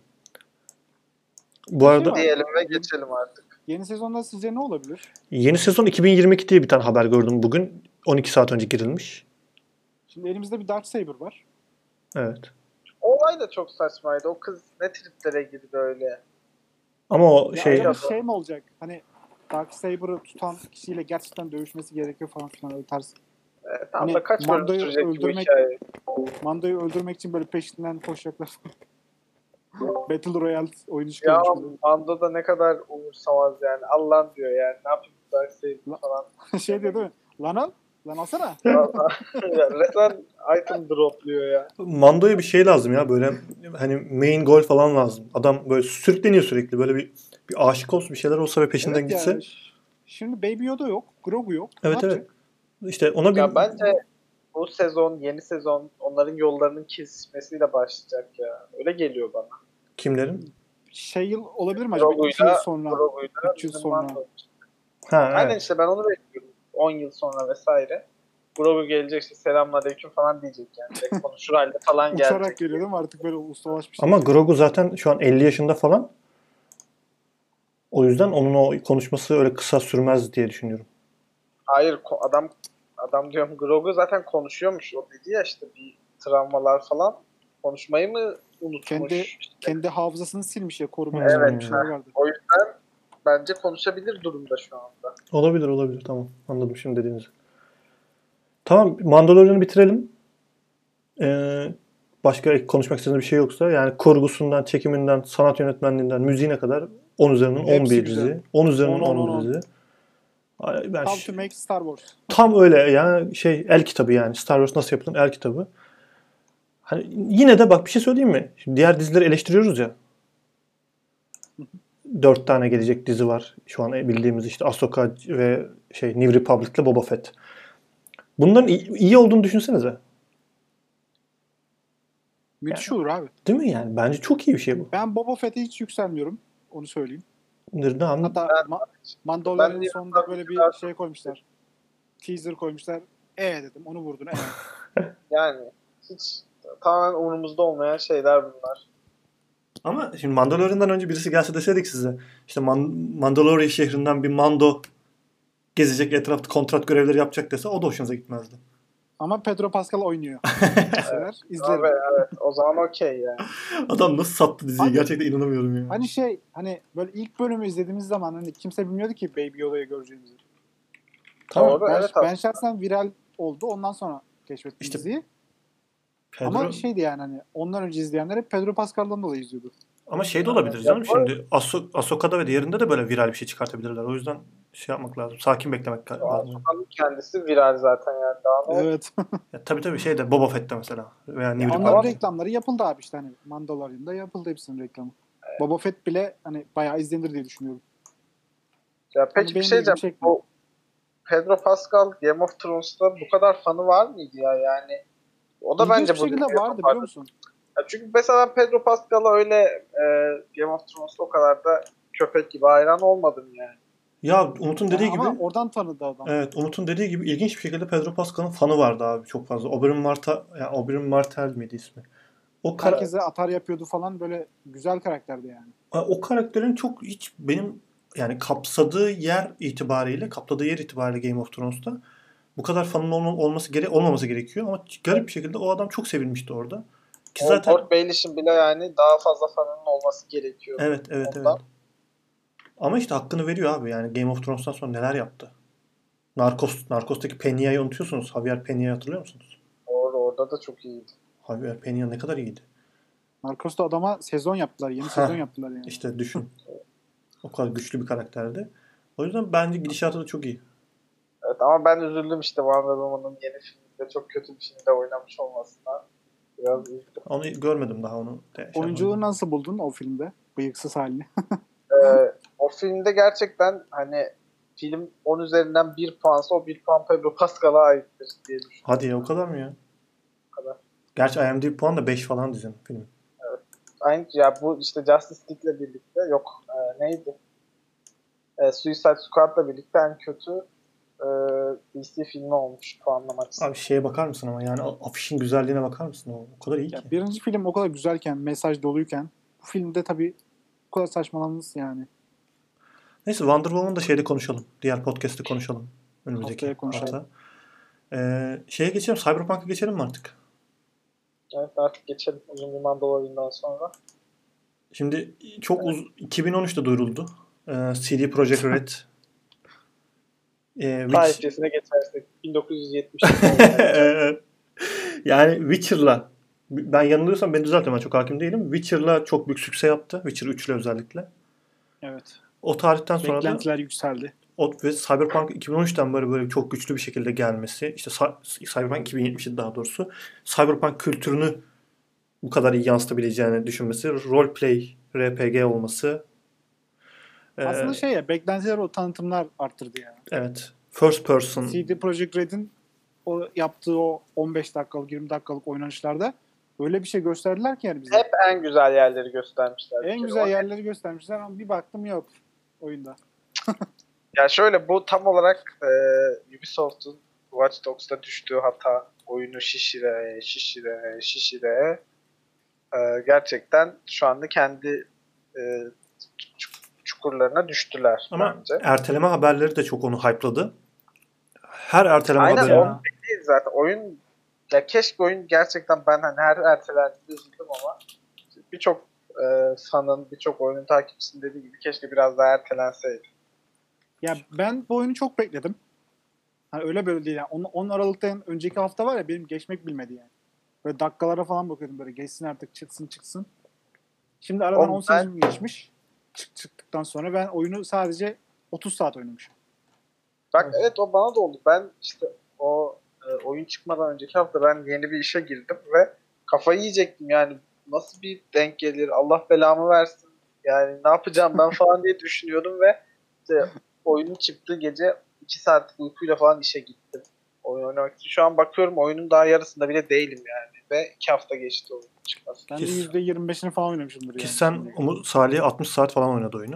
Bu Bir arada var. Diyelim ve geçelim artık. Yeni sezonda sizce ne olabilir? yeni sezon 2022 diye bir tane haber gördüm bugün. 12 saat önce girilmiş. Şimdi elimizde bir Darksaber var. Evet. Olay da çok saçmaydı. O kız ne triplere girdi öyle. Ama o Ya şey acaba şey mi olacak? Hani Darksaber'ı tutan kişiyle gerçekten dövüşmesi gerekiyor falan filan öyle tarz. Tam Hani da kaç bölüm Mando'yu sürecek bu öldürmek- hikaye. Mando'yu öldürmek için böyle peşinden koşacaklar. Battle Royale oyunu Ya çıkıyormuş. Mando da ne kadar umursamaz yani. Allah'ın diyor yani. Ne yapayım Darksaber falan. şey diyor değil mi? Lan al. Lan alsana. Ya resmen item dropluyor ya. Mando'ya bir şey lazım ya böyle hani main goal falan lazım. Adam böyle sürükleniyor sürekli. Böyle bir aşık olsun bir şeyler olsa ve peşinden Evet gitse. ya. Şimdi Baby Yoda yok. Grogu yok. Evet Ne evet. yapacak? İşte ona bir Ya bence bu sezon, yeni sezon onların yollarının kesişmesiyle başlayacak ya. Öyle geliyor bana. kimlerin? Şey yıl olabilir mi acaba? 2 yıl sonra. Grogu'yla 3 yıl bizim sonra. Mando. Ha Aynen evet. işte ben onu bekliyorum. 10 yıl sonra vesaire. Grogu gelecek işte selamünaleyküm falan diyecek yani. Direkt konuşur halde falan Uçarak gelecek. geliyor değil mi? Artık böyle ustalaşmış. Ama Grogu zaten şu an 50 yaşında falan. O yüzden onun o konuşması öyle kısa sürmez diye düşünüyorum. Hayır adam diyorum Grogu zaten konuşuyormuş. O dedi ya işte bir travmalar falan. Konuşmayı mı unutmuş? Kendi hafızasını silmiş ya koruma Hmm. için Evet. bir şeyler vardı. O yüzden bence konuşabilir durumda şu anda. Olabilir tamam. Anladım şimdi dediğinizi. Tamam Mandalorian'ı bitirelim. Başka konuşmak istediğiniz bir şey yoksa yani kurgusundan, çekiminden, sanat yönetmenliğinden, müziğine kadar 10 üzerinden 10 Hepsi bir güzel. dizi. 10 üzerinden 10, 10 bir 10. dizi. Ben How to make Star Wars. tam öyle yani el kitabı yani. Star Wars nasıl yapılır el kitabı. Hani yine de bak bir şey söyleyeyim mi? Şimdi diğer dizileri eleştiriyoruz ya. 4 tane gelecek dizi var. Şu an bildiğimiz işte Ahsoka ve New Republic'le Boba Fett. Bunların iyi olduğunu düşünsenize. Müthiş olur abi. Değil mi yani? Bence çok iyi bir şey bu. Ben Boba Fett'e hiç yükselmiyorum. Onu söyleyeyim. Nereden Hatta Mandalorian'ın sonunda böyle bir şey koymuşlar. Teaser koymuşlar. Dedim. Onu vurdun. Yani hiç tamamen umurumuzda olmayan şeyler bunlar. Ama şimdi Mandalorian'dan önce birisi gelse deseydik size işte Mandalorian şehrinden bir Mando gezecek, etrafta kontrat görevleri yapacak dese o da hoşunuza gitmezdi. Ama Pedro Pascal oynuyor. Sever, Abi, izlerim. evet, o zaman okey yani. Adam nasıl sattı diziyi Abi, gerçekten inanamıyorum ya. Hani böyle ilk bölümü izlediğimiz zaman hani kimse bilmiyordu ki Baby Yoda'yı göreceğimizi. Tamam. Doğru, evet Ben aslında. şahsen viral oldu. Ondan sonra keşfettim İşte diziyi. Pedro Ama şeydi yani hani ondan önce izleyenler hep Pedro Pascal'dan dolayı izliyordu. ama şey de olabilir Ya canım bu arada şimdi Ahsoka'da ve diğerinde de böyle viral bir şey çıkartabilirler. O yüzden şey yapmak lazım. Sakin beklemek lazım. Ahsoka'nın kendisi viral zaten yani. Daha ne oldu? Evet. Ya, tabii şeyde Boba Fett'te mesela veya Ya New onların Republic. reklamları yapıldı abi işte hani Mandalorian'da yapıldı hepsinin reklamı. Boba Fett bile hani bayağı izlenir diye düşünüyorum. Ya Ama peki bir benim şey ilgimi diyeceğim. çekmiyor. Bu Pedro Pascal Game of Thrones'ta bu kadar fanı var mıydı ya yani? O da İlginç bir bence bu şekilde diziyi vardı biliyor toparladı. musun? Ya çünkü mesela ben Pedro Pascal'a öyle Game of Thrones'ta o kadar da köpek gibi hayran olmadım yani. Ya Umut'un Yani dediği ama gibi oradan tanıdı adam. evet Umut'un dediği gibi ilginç bir şekilde Pedro Pascal'ın fanı vardı abi çok fazla. Oberyn Martell miydi ismi? O kara, Herkese atar yapıyordu falan böyle güzel karakterdi yani. o karakterin çok hiç benim yani kapladığı yer itibariyle Game of Thrones'ta bu kadar fanın olmaması gerekiyor ama garip bir şekilde o adam çok sevilmişti orada. Ki O zaten Lord Baelish'in bile yani daha fazla fanının olması gerekiyordu evet. ondan. Ama işte hakkını veriyor abi yani Game of Thrones'tan sonra neler yaptı. Narcos'taki Peña'yı unutuyorsunuz. Javier Peña'yı hatırlıyor musunuz? Doğru, orada da çok iyiydi. Javier Peña ne kadar iyiydi. Narcos'ta adama sezon yaptılar. Yeni sezon Ha, yaptılar yani. işte düşün. O kadar güçlü bir karakterdi. O yüzden bence gidişatı da çok iyi. Evet ama ben üzüldüm işte Wonder Woman'ın yeni filminde çok kötü bir filmde oynamış olmasına. Biraz üzüldüm. Onu görmedim daha onu. Oyunculuğu nasıl buldun o filmde? Bıyıksız halini. O filmde gerçekten hani film 10 üzerinden 1 puansa o 1 puan Pedro Pascal'a aittir diye düşünüyorum. Hadi ya o kadar mı ya? O kadar. Gerçi IMDb puan da 5 falan dizinin film. Aynı ya bu işte Justice League'le birlikte yok neydi? Suicide Squad'la birlikte en kötü e, DC filmi olmuş puanlama Abi açısından. şeye bakar mısın ama yani afişin güzelliğine bakar mısın? O kadar iyi Ya ki. birinci film o kadar güzelken, mesaj doluyken bu filmde tabii bu kadar saçmaladınız yani. Neyse Wonder Woman'ı da şeyde konuşalım. Diğer podcast'te konuşalım. Önümüzdeki Haftaya konuşalım. hafta. Şeye geçelim. Cyberpunk'a geçelim mi artık? Evet artık geçelim uzun bir Mandalorian'dan sonra. Şimdi 2013'te duyuruldu. CD Projekt Red. Tarihçesine geçersek 1970'te geçer. Yani Witcher'la ben yanılıyorsam beni düzeltin ben çok hakim değilim. Witcher'la çok büyük sükse yaptı. Witcher 3'le özellikle. Evet. O tarihten sonra da Beklentiler yükseldi. ve Cyberpunk 2013'ten böyle çok güçlü bir şekilde gelmesi, işte Cyberpunk 2070'i daha doğrusu Cyberpunk kültürünü bu kadar iyi yansıtabileceğini düşünmesi, roleplay, RPG olması, Aslında e, beklentiler o tanıtımlar arttırdı ya. evet, first person, CD Projekt Red'in o yaptığı o 15 dakikalık 20 dakikalık oynanışlarda öyle bir şey gösterdiler ki yani bize. Hep en güzel yerleri göstermişler. En güzel yerleri göstermişler ama bir baktım yok oyunda. Ya şöyle bu tam olarak Ubisoft'un Watch Dogs'ta düştüğü hata. Oyunu şişire gerçekten şu anda kendi e, çukurlarına düştüler ama bence. erteleme haberleri de çok onu hype'ladı. Her erteleme Aynen haberi. o değil zaten. Oyun ya keşke oyun gerçekten ben hani her ertelendiğinde üzüldüm ama birçok fanın, birçok oyunun takipçisinin dediği gibi keşke biraz daha ertelenseydi. Ya ben bu oyunu çok bekledim. Hani öyle böyle değil yani. 10 Aralık'tan önceki hafta var ya benim geçmek bilmedi yani. Böyle dakikalara falan bakıyordum böyle geçsin artık çıksın. Şimdi aradan Oğlum 18 gün geçmiş. Çıktıktan sonra ben oyunu sadece 30 saat oynamışım. Bak evet o bana da oldu. Ben işte o oyun çıkmadan önceki hafta ben yeni bir işe girdim ve kafayı yiyecektim yani. Nasıl bir denk gelir? Allah belamı versin. Yani ne yapacağım ben falan diye düşünüyordum ve işte oyunun çıktığı gece 2 saatlik uykuyla falan işe gittim. Oyun oynamak için. Şu an bakıyorum oyunun daha yarısında bile değilim yani. Ve 2 hafta geçti oyunun çıkması. Ben de %25'ini falan oynamışımdır Ki yani. sen Salih'e 60 saat falan oynadı oyunu.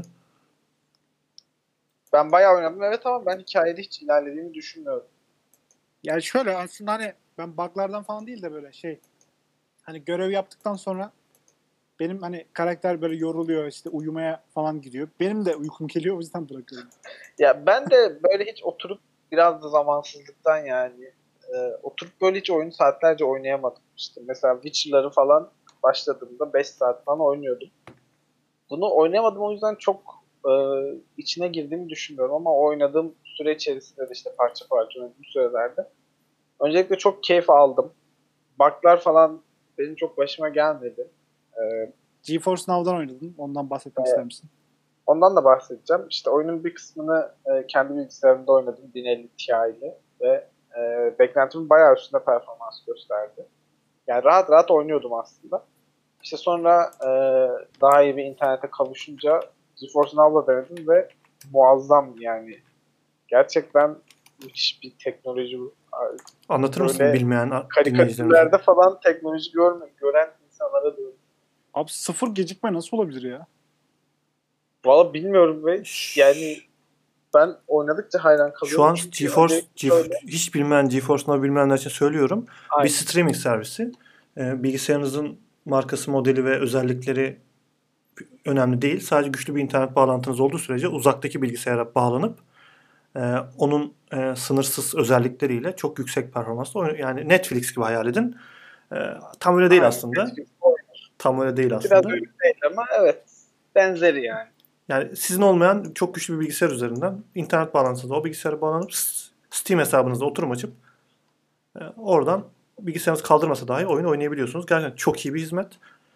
Ben bayağı oynadım evet ama ben hikayede hiç ilerlediğimi düşünmüyorum. Yani şöyle aslında hani Ben bug'lardan falan değil de böyle hani görev yaptıktan sonra benim hani karakter böyle yoruluyor, işte uyumaya falan gidiyor. Benim de uykum geliyor, o yüzden bırakıyorum. Ya ben de böyle hiç oturup biraz da zamansızlıktan yani oturup böyle hiç oyunu saatlerce oynayamadım. İşte mesela Witcher'ları falan başladığımda 5 saat falan oynuyordum. Bunu oynayamadım, o yüzden çok içine girdiğimi düşünmüyorum ama oynadığım süre içerisinde de işte parça parça oynadığım sürelerde öncelikle çok keyif aldım. Bug'lar falan benim çok başıma gelmedi. E, GeForce Now'dan oynadın. Ondan bahsetmek ister misin? Ondan da bahsedeceğim. İşte oyunun bir kısmını kendi bilgisayarımda oynadım 1050 Ti ile ve beklentimin bayağı üstünde performans gösterdi. Yani rahat rahat oynuyordum aslında. İşte sonra daha iyi bir internete kavuşunca GeForce Now'la denedim ve muazzam yani. Gerçekten müthiş bir teknoloji bu. Anlatır mısın Böyle bilmeyen dinleyicilerimize? karikatürlerde falan teknoloji gören insanlara diyorum. Abi sıfır gecikme nasıl olabilir ya? Valla bilmiyorum ve yani ben oynadıkça hayran Şu kalıyorum an çünkü öncelikle şöyle. Hiç bilmeyen GeForce Now bilmeyenler için söylüyorum. Bir Aynen. streaming servisi. Bilgisayarınızın markası, modeli ve özellikleri önemli değil. Sadece güçlü bir internet bağlantınız olduğu sürece uzaktaki bilgisayara bağlanıp onun sınırsız özellikleriyle çok yüksek performanslı yani Netflix gibi hayal edin. Tam öyle değil Aynen. aslında. Tam öyle değil Biraz aslında. öyle değil ama evet. Benzeri yani. Yani sizin olmayan çok güçlü bir bilgisayar üzerinden internet bağlantısıyla o bilgisayara bağlanıp Steam hesabınızda oturum açıp oradan bilgisayarınız kaldırmasa dahi oyun oynayabiliyorsunuz. Gerçekten çok iyi bir hizmet.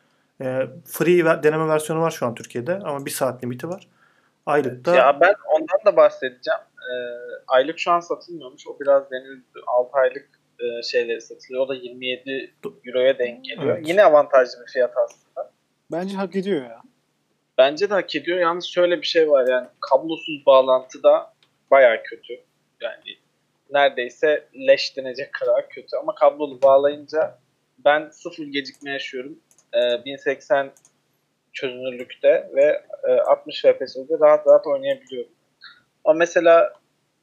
Free deneme versiyonu var şu an Türkiye'de ama bir saat limiti var. Aylıkta Ya ben ondan da bahsedeceğim. Aylık şu an satılmıyormuş. O biraz beni üzdü. 6 aylık şeyleri satılıyor. O da 27 euroya denk geliyor. evet. Yine avantajlı bir fiyat aslında. Bence hak ediyor ya. Bence de hak ediyor. Yalnız şöyle bir şey var yani kablosuz bağlantı da bayağı kötü. Yani neredeyse leş denecek kadar kötü. Ama kablolu bağlayınca ben sıfır gecikme yaşıyorum. 1080 çözünürlükte ve 60 FPS'de rahat rahat oynayabiliyorum. Ama mesela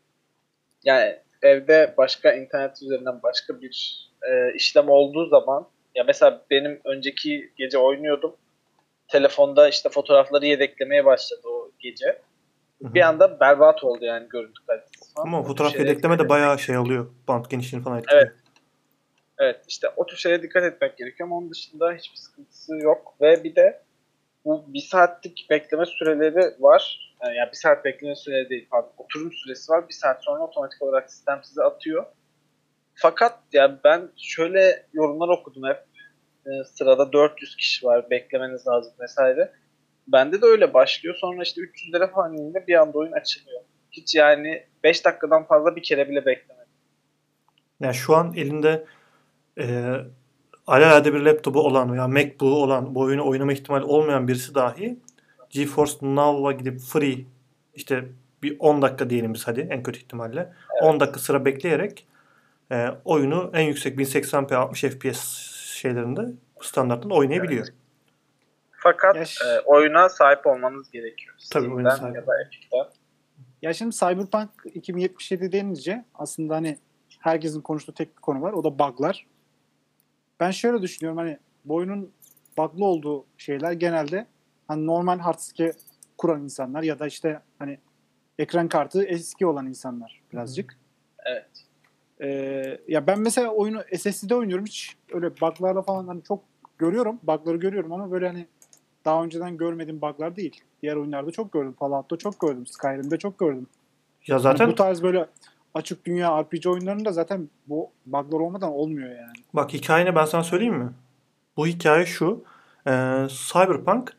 yani evde başka internet üzerinden başka bir işlem olduğu zaman ya mesela benim önceki gece oynuyordum. Telefonda işte fotoğrafları yedeklemeye başladı o gece. Bir anda berbat oldu yani görüntü kalitesi falan. Ama O tür fotoğraf şeylere yedekleme dikkat de etmek bayağı gerekiyor. şey alıyor. Bant genişliğini falan Evet, etkiliyor. evet işte o tür şeylere dikkat etmek gerekiyor ama onun dışında hiçbir sıkıntısı yok. Ve bir de bu bir saatlik bekleme süreleri var. Yani bir saat bekleme süreleri değil pardon. Oturum süresi var. Bir saat sonra otomatik olarak sistem size atıyor. Fakat ya ben şöyle yorumlar okudum hep. Sırada 400 kişi var. Beklemeniz lazım vesaire. Bende de öyle başlıyor. Sonra işte 300 lira falan indiğinde bir anda oyun açılıyor. Hiç yani 5 dakikadan fazla bir kere bile beklemedim. Yani şu an elinde e, alelade bir laptopu olan veya MacBook'u olan bu oyunu oynama ihtimali olmayan birisi dahi GeForce Now'a gidip free işte bir 10 dakika diyelim biz hadi en kötü ihtimalle 10 Evet. dakika sıra bekleyerek oyunu en yüksek 1080p 60 FPS şeylerinde standartında oynayabiliyor. Evet. Fakat Ya, oyuna sahip olmanız gerekiyor. Tabii oyuna Steam'den sahip. ya da Epic'ten. ya şimdi Cyberpunk 2077 denince aslında hani herkesin konuştuğu tek bir konu var. O da bug'lar. Ben şöyle düşünüyorum, hani bu oyunun bug'lı olduğu şeyler genelde hani normal hard disk'e kuran insanlar ya da işte hani ekran kartı eski olan insanlar birazcık. Evet. Ya ben mesela oyunu SSD'de oynuyorum. Hiç öyle bug'larla falan hani çok görüyorum. Bug'ları görüyorum ama böyle hani daha önceden görmediğim bug'lar değil. Diğer oyunlarda çok gördüm. Fallout'ta çok gördüm. Skyrim'de çok gördüm. Ya Hani bu zaten tarz böyle açık dünya RPG oyunlarında zaten bu bug'lar olmadan olmuyor yani. bak hikayeni ben sana söyleyeyim mi? Bu hikaye şu. Cyberpunk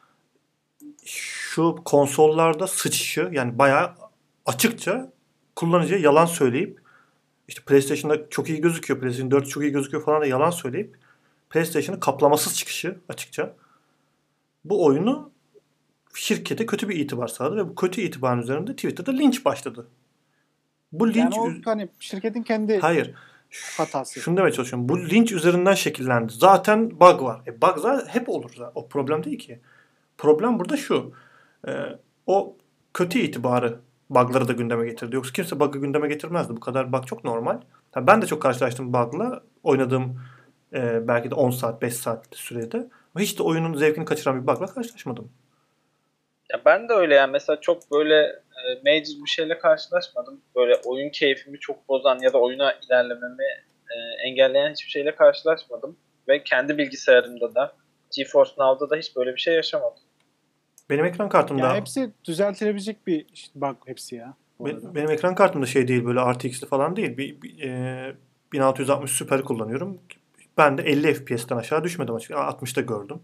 şu konsollarda sıçışı yani bayağı açıkça kullanıcıya yalan söyleyip işte PlayStation'da çok iyi gözüküyor, PlayStation 4 çok iyi gözüküyor falan da yalan söyleyip PlayStation'ın kaplamasız çıkışı açıkça bu oyunu şirkete kötü bir itibar sağladı ve bu kötü itibarın üzerinde Twitter'da linç başladı. Bu Yani linç o hani şirketin kendi hayır. hatası. Şunu demeye çalışıyorum. Bu linç üzerinden şekillendi. Zaten bug var. Bug zaten hep olur. O problem değil ki. Problem burada şu. Ee, O kötü itibarı bug'ları da gündeme getirdi. Yoksa kimse bug'ı gündeme getirmezdi. Bu kadar bug çok normal. Ha, ben de çok karşılaştım bug'la. Oynadığım belki de 10 saat, 5 saat sürede. Ama hiç de oyunun zevkini kaçıran bir bug'la karşılaşmadım. Ya ben de öyle yani mesela çok böyle major bir şeyle karşılaşmadım. Böyle oyun keyfimi çok bozan ya da oyuna ilerlememi engelleyen hiçbir şeyle karşılaşmadım. Ve kendi bilgisayarımda da GeForce Now'da da hiç böyle bir şey yaşamadım. Benim ekran Ya kartımda hepsi düzeltilebilecek bir bug hepsi ya bu arada. benim ekran kartımda şey değil, böyle RTX'li falan değil. 1660 Super kullanıyorum. Ben de 50 FPS'ten aşağı düşmedim açıkçası. 60'da gördüm.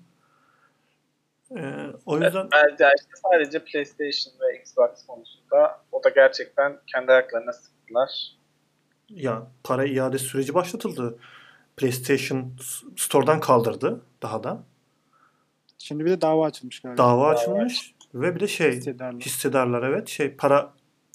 O Evet, yüzden bence işte sadece PlayStation ve Xbox konusunda o da gerçekten kendi ayaklarına sıktılar. ya para iade süreci başlatıldı. PlayStation Store'dan kaldırdı daha da. Şimdi bir de dava açılmış galiba. Dava Daha açılmış ve bir de şey, Hissedarlar. hissedarlar, evet, şey, para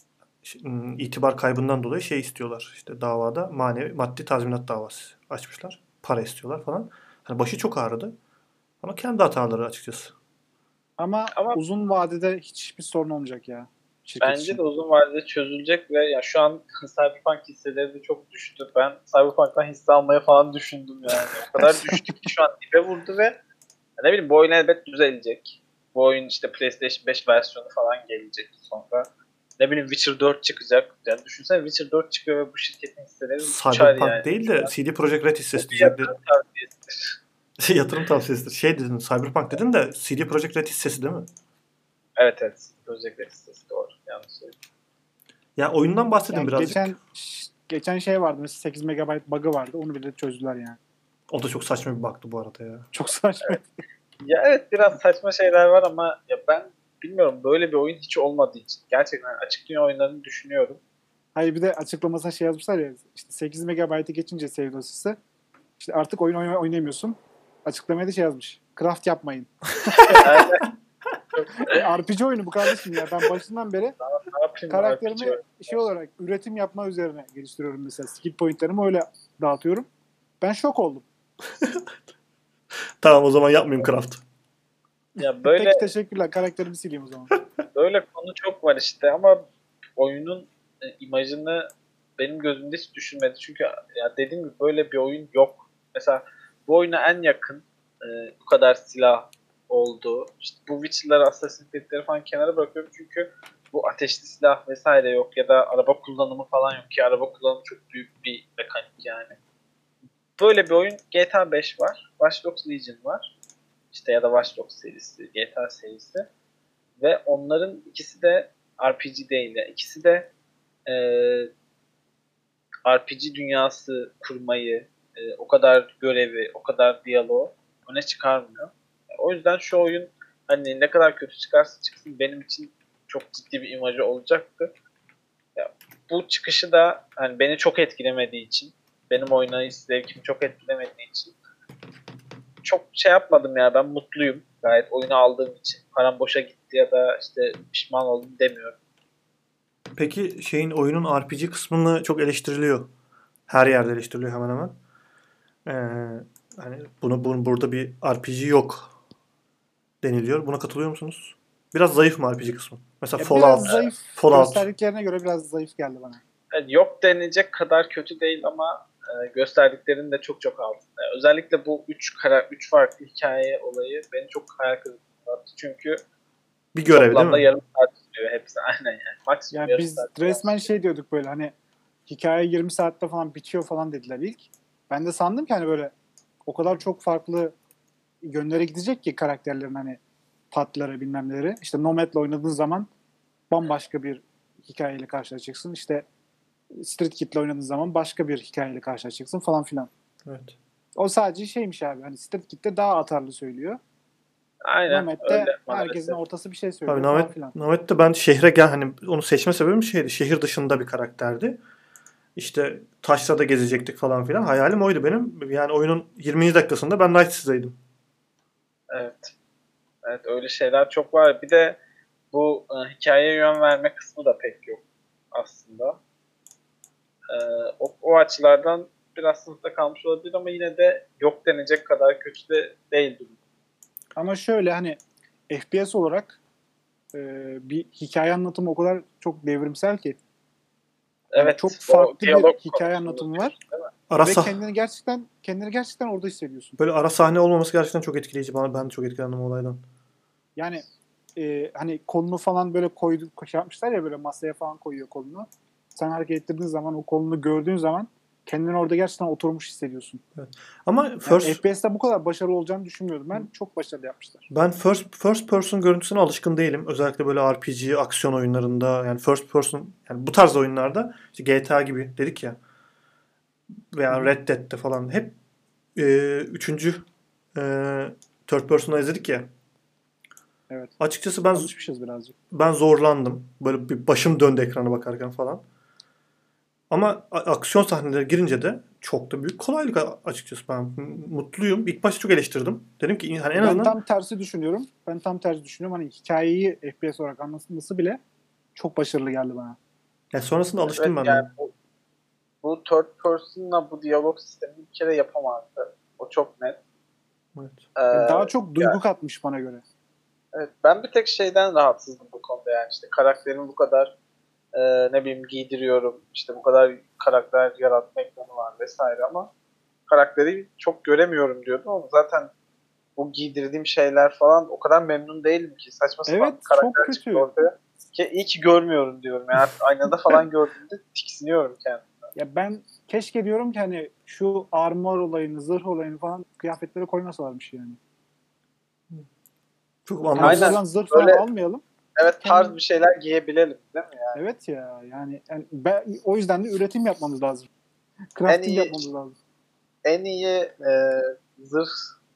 itibar kaybından dolayı şey istiyorlar. İşte davada maddi tazminat davası açmışlar. Para istiyorlar falan. Hani başı çok ağrıdı. Ama kendi hataları açıkçası. Ama ama uzun vadede hiçbir sorun olmayacak ya şirket bence için. de uzun vadede çözülecek ve ya şu an Cyberpunk hisseleri de çok düştü. Ben Cyberpunk'tan hisse almaya falan düşündüm yani. O kadar düştü ki şu an dibe vurdu ve ne bileyim bu oyun elbet düzelecek. Bu oyun işte PlayStation 5 versiyonu falan gelecek sonra. Ne bileyim Witcher 4 çıkacak. Yani düşünsene Witcher 4 çıkıyor ve bu şirketin hisseleri uçar Cyberpunk yani. değil de CD Projekt Red Bu hissesi bir diyecekler. yatırım tavsiyesidir. Yatırım tavsiyesidir. Şey dedin, Cyberpunk dedin de CD Projekt Red hissesi değil mi? Evet evet. Project Red hissesi doğru. Yanlış söyledim. Ya oyundan bahsedin Yani birazcık. geçen şey vardı mesela 8 megabayt bug'ı vardı. Onu bile çözdüler yani. O da çok saçma bir baktı bu arada ya. Çok saçma. Ya evet biraz saçma şeyler var ama ya ben bilmiyorum böyle bir oyun hiç olmadığı için. Gerçekten açık dünya oyunlarını düşünüyorum. Hayır bir de açıklamasına şey yazmışlar ya işte 8 megabaytı geçince save dosyası işte artık oyun oynayamıyorsun. Açıklamaya da şey yazmış. Craft yapmayın. Yani RPG oyunu bu kardeşim ya. Ben başından beri ne yapayım RPG karakterimi oyunu. şey olarak üretim yapma üzerine geliştiriyorum mesela. Skill pointlerimi öyle dağıtıyorum. Ben şok oldum. Tamam, o zaman yapmayayım craft. Ya böyle Peki teşekkürler. Karakterimi sileyim o zaman. böyle konu çok var işte ama oyunun imajını benim gözümde hiç düşünmedi. Çünkü ya dediğim gibi böyle bir oyun yok. Mesela bu oyuna en yakın bu kadar silah oldu. İşte bu Witcher'ları, Assassin's Creed'leri falan kenara bırakıyorum çünkü bu ateşli silah vesaire yok ya da araba kullanımı falan yok ki araba kullanımı çok büyük bir mekanik yani. Böyle bir oyun GTA 5 var, Watch Dogs Legion var. İşte ya da Watch Dogs serisi, GTA serisi. Ve onların ikisi de RPG değil. Yani İkisi de e, RPG dünyası kurmayı, o kadar görevi, o kadar diyaloğu öne çıkarmıyor. O yüzden şu oyun hani ne kadar kötü çıkarsa çıksın benim için çok ciddi bir imajı olacaktı. Ya, bu çıkışı da hani beni çok etkilemediği için, benim oynayış zevkimi çok etkilemediği için çok şey yapmadım ya ben mutluyum. Gayet oyunu aldığım için. Param boşa gitti ya da işte pişman oldum demiyorum. Peki şeyin, oyunun RPG kısmını çok eleştiriliyor. Her yerde eleştiriliyor hemen hemen. Hani bunu burada bir RPG yok deniliyor. Buna katılıyor musunuz? Biraz zayıf mı RPG kısmı? Mesela Ya biraz Fallout. zayıf Fallout. gösterdiklerine göre biraz zayıf geldi bana. Yani yok denilecek kadar kötü değil ama gösterdiklerinin de çok çok altında. Özellikle bu üç farklı hikaye olayı beni çok hayal kırıklığına attı. Çünkü Bir görev değil toplamda mi? yarım saat sürüyor hepsi. Aynen yani. Maksimum Ya yarım biz saat falan resmen sürüyor. şey diyorduk böyle hani hikaye 20 saatte falan bitiyor falan dediler ilk. Ben de sandım ki hani böyle o kadar çok farklı yönlere gidecek ki karakterlerin hani patları bilmem neleri. İşte Nomad'la oynadığın zaman bambaşka bir hikayeyle karşılaşacaksın. İşte Street Kid'le oynadığın zaman başka bir hikayeyle karşılaşacaksın falan filan. Evet. O sadece şeymiş abi. Hani Street Kid'de daha atarlı söylüyor. Aynen Nomad'de öyle herkesin maalesef. ortası bir şey Abi söylüyor falan Namet, filan. Namet'te ben şehre gel, hani onu seçme sebebim şeydi. Şehir dışında bir karakterdi. İşte taşrada gezecektik falan filan. Hayalim oydu benim. Yani oyunun 20. dakikasında ben Night City'deydim. Evet. Evet öyle şeyler çok var. Bir de bu hikayeye yön verme kısmı da pek yok aslında. E, o açılardan biraz sınıfta kalmış olabilir ama yine de yok denecek kadar kötü de değil durum. Ama şöyle hani FPS olarak bir hikaye anlatımı o kadar çok devrimsel ki Evet. Çok o farklı bir diyalog hikaye konusunda anlatımı var değil mi? Ara ve sah- kendini gerçekten orada hissediyorsun. Böyle ara sahne olmaması gerçekten çok etkileyici. Ben de çok etkilendim o olaydan. Yani hani kolunu falan böyle şey yapmışlar ya, böyle masaya falan koyuyor kolunu. Sen hareket ettirdiğin zaman, o kolunu gördüğün zaman kendini orada gerçekten oturmuş hissediyorsun. Ama Yani FPS'te bu kadar başarılı olacağını düşünmüyordum. Ben çok başarılı yapmışlar. ben first person görüntüsüne alışkın değilim. Özellikle böyle RPG aksiyon oyunlarında, yani first person, yani bu tarz oyunlarda işte GTA gibi dedik ya veya Red Dead'te falan hep üçüncü e, third person'a izledik ya. Evet. Açıkçası Alışmışız birazcık. ben zorlandım. Böyle bir başım döndü ekrana bakarken falan. Ama aksiyon sahneleri girince de çok da büyük kolaylık açıkçası. Ben mutluyum. İlk başta çok eleştirdim. Dedim ki hani en Ben azından tam tersi düşünüyorum. Hani hikayeyi FPS olarak anlatması bile çok başarılı geldi bana. sonrasında alıştım Evet, ben de. yani bu third person'la bu diyalog sistemi bir kere yapamazdı. O çok net. Evet. Yani daha Ee, çok duygu katmış bana göre. evet, ben bir tek şeyden rahatsızdım bu konuda, yani işte karakterimi bu kadar ne bileyim giydiriyorum, işte bu kadar karakter yaratma ekranı var vesaire ama karakteri çok göremiyorum diyordum ama zaten bu giydirdiğim şeyler falan o kadar memnun değilim ki, saçma sapan bir Evet, çok karakter çıktı kötü. ortaya ki iyi ki görmüyorum diyorum, yani artık aynada falan gördüğümde tiksiniyorum kendimi. Ya ben keşke diyorum ki hani şu armor olayını, zırh olayını falan kıyafetlere koymasalarmış yani. Çok Hani biz Aynen, oradan anlamsız. zırh falan böyle almayalım. evet, tarz Kendim... bir şeyler giyebilelim değil mi yani? Evet ya, yani o yüzden de üretim yapmamız lazım. En Crafting iyi yapmamız lazım. en iyi zırh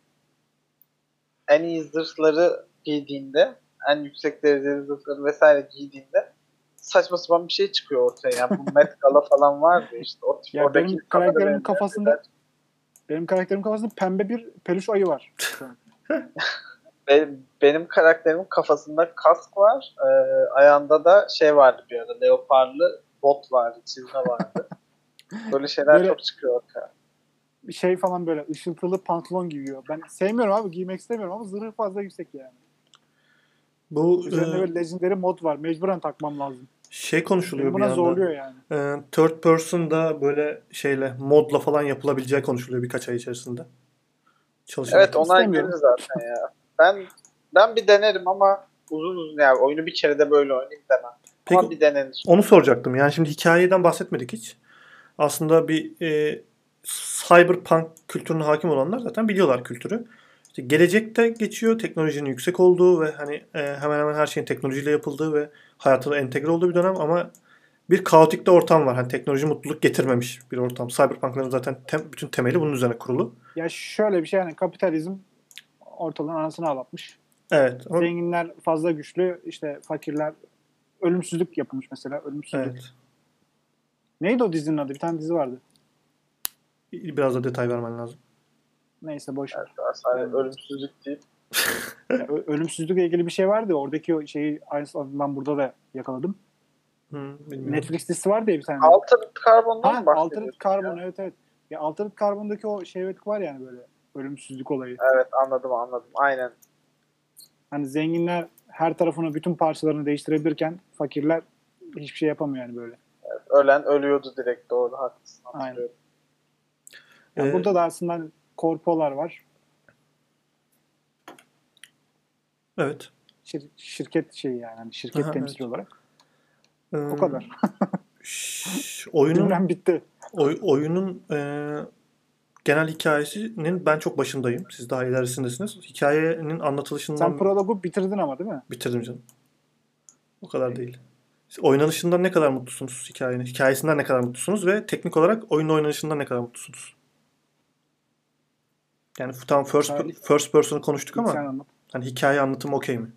en iyi zırhları giydiğinde, en yüksek dereceli zırhları vesaire giydiğinde saçma sapan bir şey çıkıyor ortaya. Yani bu Met Gala falan vardı işte. Ya Oradaki kadına benzeyen şeyler. benim karakterimin kafasında pembe bir peluş ayı var şu an. Benim karakterimin kafasında kask var. Ayağında da şey vardı bir arada. Leoparlı bot vardı. Çizme vardı. Böyle şeyler Böyle çok çıkıyor ortaya. şey falan, böyle ışıltılı pantolon giyiyor. Ben sevmiyorum abi, giymek istemiyorum ama zırhı fazla yüksek yani. Bu Üzerinde böyle Legendary mod var. Mecburen takmam lazım. şey Beni konuşuluyor bir buna yandan. zorluyor yani. Third person'da böyle şeyle modla falan yapılabileceği konuşuluyor birkaç ay içerisinde. Çalışan Evet, ekip. onay gelir İstemiyorum. zaten ya. Ben bir denerim ama uzun uzun, yani oyunu bir kere de böyle oynayayım demem. Peki Ama bir denenir. onu soracaktım. Yani şimdi hikayeden bahsetmedik hiç. Aslında bir cyberpunk kültürüne hakim olanlar zaten biliyorlar kültürü. İşte gelecekte geçiyor, teknolojinin yüksek olduğu ve hani hemen hemen her şeyin teknolojiyle yapıldığı ve hayata da entegre olduğu bir dönem ama bir kaotik de ortam var. Hani teknoloji mutluluk getirmemiş bir ortam. Cyberpunk'ların zaten bütün temeli bunun üzerine kurulu. Ya şöyle bir şey, yani kapitalizm ortalığın anasını ağlatmış. Evet ama Zenginler fazla güçlü, işte fakirler, ölümsüzlük yapılmış mesela. Ölümsüzlük. evet. Neydi o dizinin adı? Bir tane dizi vardı. Biraz da detay vermen lazım. Neyse, boş Evet, ver. sadece Yani, ölümsüzlük deyip ya, ölümsüzlükle ilgili bir şey vardı. Oradaki o şeyi aynısını ben burada da yakaladım. Bilmiyorum. Netflix dizisi vardı ya bir tane. Altered Carbon'dan mı Altered bahsediyorsun Carbon, ya? evet evet. Ya Altered Carbon'daki o şey var yani, böyle ölümsüzlük olayı. Evet, anladım. Aynen. Hani zenginler her tarafını, bütün parçalarını değiştirebilirken fakirler hiçbir şey yapamıyor yani böyle. Ölen ölüyordu direkt, doğru, haklısın, Aynen. hatırlıyorum. Yani Ee, burada da aslında korpolar var. evet. Şirket şeyi yani. Hani şirket Aha, evet. temsili olarak. O Ee, kadar. oyunun Cümlem bitti. oyunun genel hikayesinin ben çok başındayım. Siz daha ilerisindesiniz. Hikayenin Sen anlatılışından prologu bitirdin ama, değil mi? bitirdim canım. O kadar değil. Oynanışından ne kadar mutlusunuz hikayenin? Hikayesinden ne kadar mutlusunuz ve teknik olarak oyunun oynanışından ne kadar mutlusunuz? Yani tam Mesela first person'ı konuştuk ilk sen ama anlat. hani hikaye anlatımı okey mi?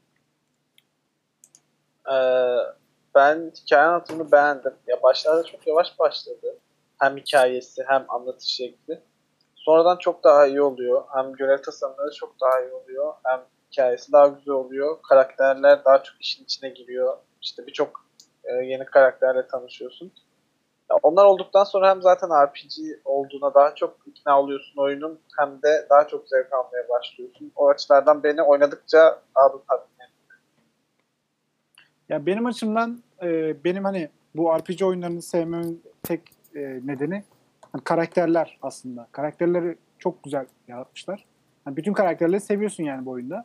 Ee, Ben hikaye anlatımını beğendim. Ya başlarda çok yavaş başladı. Hem hikayesi hem anlatış şekli. Sonradan çok daha iyi oluyor. Hem görev tasarımları çok daha iyi oluyor. Hem hikayesi daha güzel oluyor. Karakterler daha çok işin içine giriyor. İşte birçok yeni karakterle tanışıyorsun. Ya onlar olduktan sonra hem zaten RPG olduğuna daha çok ikna oluyorsun oyunun, hem de daha çok zevk almaya başlıyorsun. O açılardan beni oynadıkça daha da tatmin. Ya benim açımdan benim hani bu RPG oyunlarını sevmemin tek nedeni hani karakterler aslında. Karakterleri çok güzel yaratmışlar. Yani bütün karakterleri seviyorsun yani bu oyunda.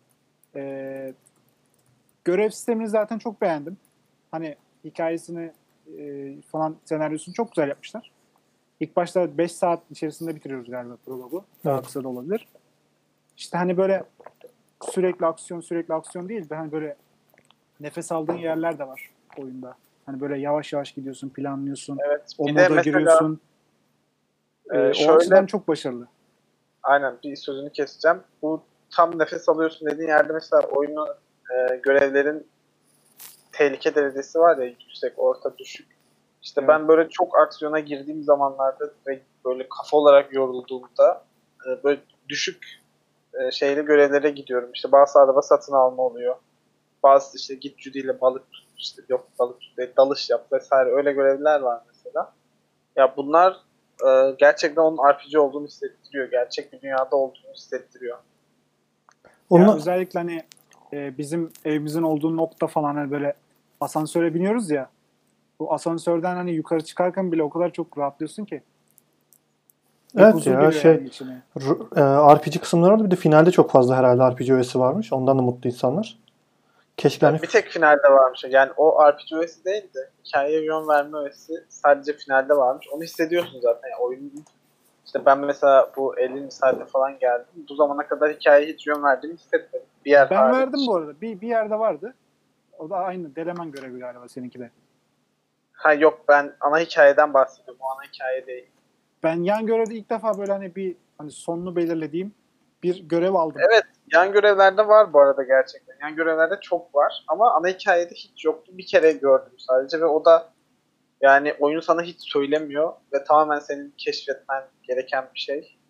Görev sistemini zaten çok beğendim. Hani hikayesini falan senaryosunu çok güzel yapmışlar. İlk başta 5 saat içerisinde bitiriyoruz galiba prologu. Daha Evet. kısa da olabilir. İşte hani böyle sürekli aksiyon değil de hani böyle nefes aldığın yerler de var oyunda. Hani böyle yavaş yavaş gidiyorsun, planlıyorsun. Evet. O Bir de moda mesela giriyorsun. O açıdan şöyle çok başarılı. aynen bir sözünü keseceğim. Bu tam nefes alıyorsun dediğin yerde mesela oyunu görevlerin tehlike derecesi var ya yüksek, orta, düşük. İşte Evet. ben böyle çok aksiyona girdiğim zamanlarda ve böyle kafa olarak yorulduğumda böyle düşük şeyli görevlere gidiyorum. İşte bazı araba satın alma oluyor. Bazı işte git Judy ile balık tut, işte yok balık tut, dalış yap vesaire öyle görevler var mesela. Ya bunlar gerçekten onun RPG olduğunu hissettiriyor. Gerçek bir dünyada olduğunu hissettiriyor. Ya Onunla özellikle hani bizim evimizin olduğu nokta falan hani böyle asansöre biniyoruz ya. Bu asansörden hani yukarı çıkarken bile o kadar çok rahatlıyorsun ki. Bir evet huzur ya geliyor yani içine. RPG kısımları var. Bir de finalde çok fazla herhalde RPG öğesi varmış. Ondan da mutlu insanlar. Keşke hani Bir tek finalde varmış. Yani o RPG öğesi değil de hikayeye yön verme öğesi sadece finalde varmış. Onu hissediyorsun zaten. Yani oyunun işte ben mesela bu 50. saate falan geldim. Bu zamana kadar hikayeye hiç yön verdiğimi hissetmedim. Bir yer Ben verdim hariç. bu arada. Bir yerde vardı. O da aynı Deleman görevi galiba seninki de. Ha yok ben ana hikayeden bahsediyorum. O ana hikaye değil. Ben yan görevde ilk defa böyle hani bir hani sonunu belirlediğim bir görev aldım. Evet, yan görevlerde var bu arada gerçekten. Yan görevlerde çok var ama ana hikayede hiç yoktu. Bir kere gördüm sadece ve o da yani oyun sana hiç söylemiyor ve tamamen senin keşfetmen gereken bir şey.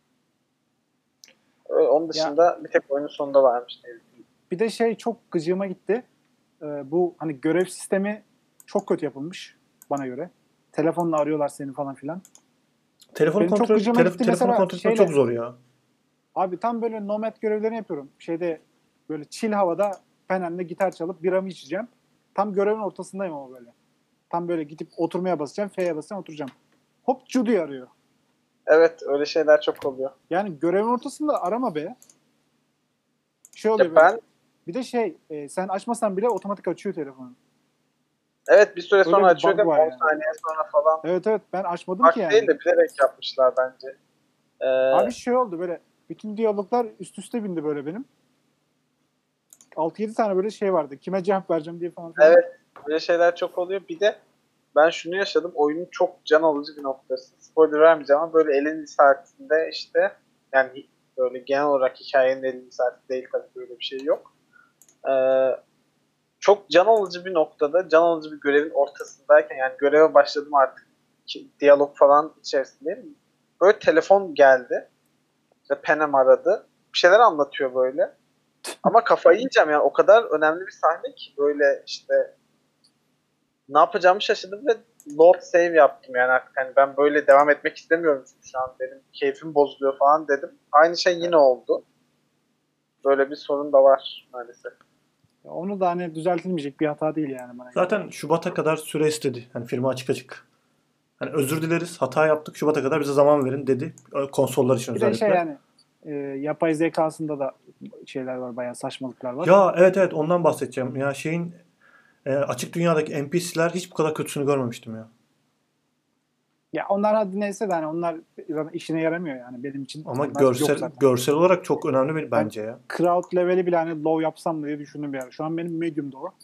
Onun Ya dışında bir tek oyunun sonunda varmış. bir de şey çok gıcığıma gitti. Bu hani görev sistemi çok kötü yapılmış bana göre. Telefonla arıyorlar seni falan filan. Benim çok gıcığıma gitti. telefonu Mesela kontrol etmek çok şeyle zor ya. abi tam böyle nomad görevlerini yapıyorum. Şeyde böyle chill havada Penham'de gitar çalıp biramı içeceğim. Tam görevin ortasındayım ama böyle. Tam böyle gidip oturmaya basacağım. F'ye basacağım oturacağım. Hop Judy arıyor. Evet, öyle şeyler çok oluyor. Yani görevin ortasında arama be. Şey Ya oluyor böyle. ben Bir de şey sen açmasan bile otomatik açıyor telefonu. evet bir süre Öyle sonra bir açıyor bug değil mi? var 10 yani. saniye sonra falan. Evet evet ben açmadım ki Bak değil yani. de bilerek yapmışlar bence. Abi şey oldu böyle bütün diyaloglar üst üste bindi böyle benim. 6-7 tane böyle şey vardı. Kime cevap vereceğim diye falan filan. Evet, böyle şeyler çok oluyor. Bir de ben şunu yaşadım. Oyunun çok can alıcı bir noktası. Spoiler vermeyeceğim ama böyle 50. saatinde işte yani böyle genel olarak hikayenin 50. saati değil tabii böyle bir şey yok. Ee, çok can alıcı bir noktada, can alıcı bir görevin ortasındayken yani göreve başladım artık diyalog falan içerisindeyim. Böyle telefon geldi. İşte Penem aradı. Bir şeyler anlatıyor böyle. Ama kafayı yiyeceğim yani o kadar önemli bir sahne ki böyle işte ne yapacağımı şaşırdım ve load save yaptım yani artık hani ben böyle devam etmek istemiyorum çünkü şu an benim keyfim bozuluyor falan dedim. Aynı şey yine oldu. Böyle bir sorun da var maalesef. Ya onu da hani düzeltilmeyecek bir hata değil yani bana göre. Zaten Şubat'a kadar süre istedi. Hani firma açık açık. Hani özür dileriz, hata yaptık. Şubat'a kadar bize zaman verin dedi. Konsollar için Bir de şey özellikle. yani yapay zekasında da şeyler var bayağı saçmalıklar var. Ya evet evet ondan bahsedeceğim. Ya şeyin açık dünyadaki NPC'ler hiç bu kadar kötüsünü görmemiştim ya. Ya onlar hadi neyse de hani onlar işine yaramıyor yani benim için Ama onlar yok zaten. görsel olarak çok önemli bir Ben bence ya. crowd leveli bile hani low yapsam mı diye düşündüm bir ara. Şu an benim medium'da o.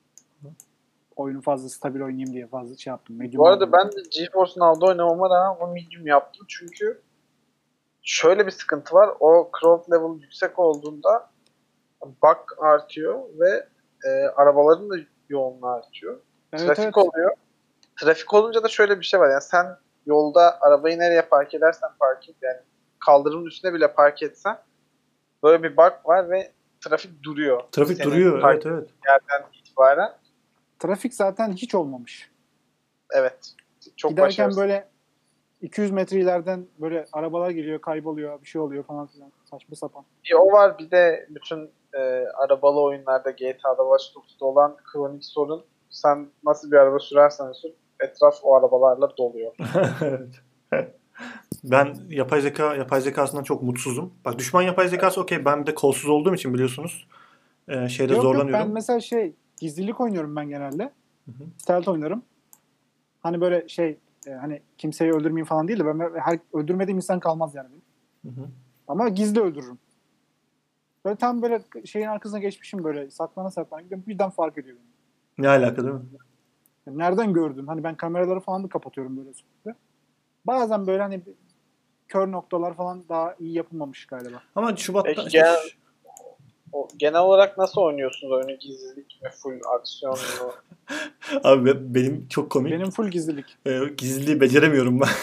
Oyunu fazla stabil oynayayım diye fazla şey yaptım. Bu Medium arada aldım. ben de GeForce Now'da oynamama rağmen o medium yaptım çünkü şöyle bir sıkıntı var. O crowd level yüksek olduğunda bug artıyor ve arabaların da yoğunluğu artıyor. Evet Trafik evet. oluyor. Trafik olunca da şöyle bir şey var. Yani sen yolda arabayı nereye park edersen park et yani kaldırımın üstüne bile park etsen böyle bir bug var ve trafik duruyor. Trafik Senin duruyor park evet evet. ettiğin yerden itibaren. Trafik zaten hiç olmamış. Evet. Çok Giderken başarısız. böyle 200 metre ileriden böyle arabalar geliyor, kayboluyor, bir şey oluyor falan filan. Saçma sapan. Bir o var bir de bütün arabalı oyunlarda GTA'da Watch Dogs'ta olan kronik sorun Sen nasıl bir araba sürersen sür, etraf o arabalarla doluyor. Evet. Ben yapay zekasından çok mutsuzum. Bak düşman yapay zekası okey. Ben bir de kolsuz olduğum için biliyorsunuz. Şeyde Yok ben zorlanıyorum. mesela gizlilik oynuyorum ben genelde. Hı hı. Stealth oynarım. Hani böyle hani kimseyi öldürmeyeyim falan değil de ben öldürmediğim insan kalmaz yani. Hı hı. Ama gizli öldürürüm. Böyle tam böyle şeyin arkasına geçmişim böyle saklana gidiyorum. Birden fark ediyor beni. Ne alaka değil mi? Yani nereden gördün? Hani ben kameraları falan da kapatıyorum böyle sürekli. Bazen böyle hani kör noktalar falan daha iyi yapılmamış galiba. Ama Şubat'ta Peki işte genel olarak nasıl oynuyorsunuz oyunu? Gizlilik mi? Full aksiyon mu? abi benim çok komik. Benim full gizlilik. Gizliliği beceremiyorum ben.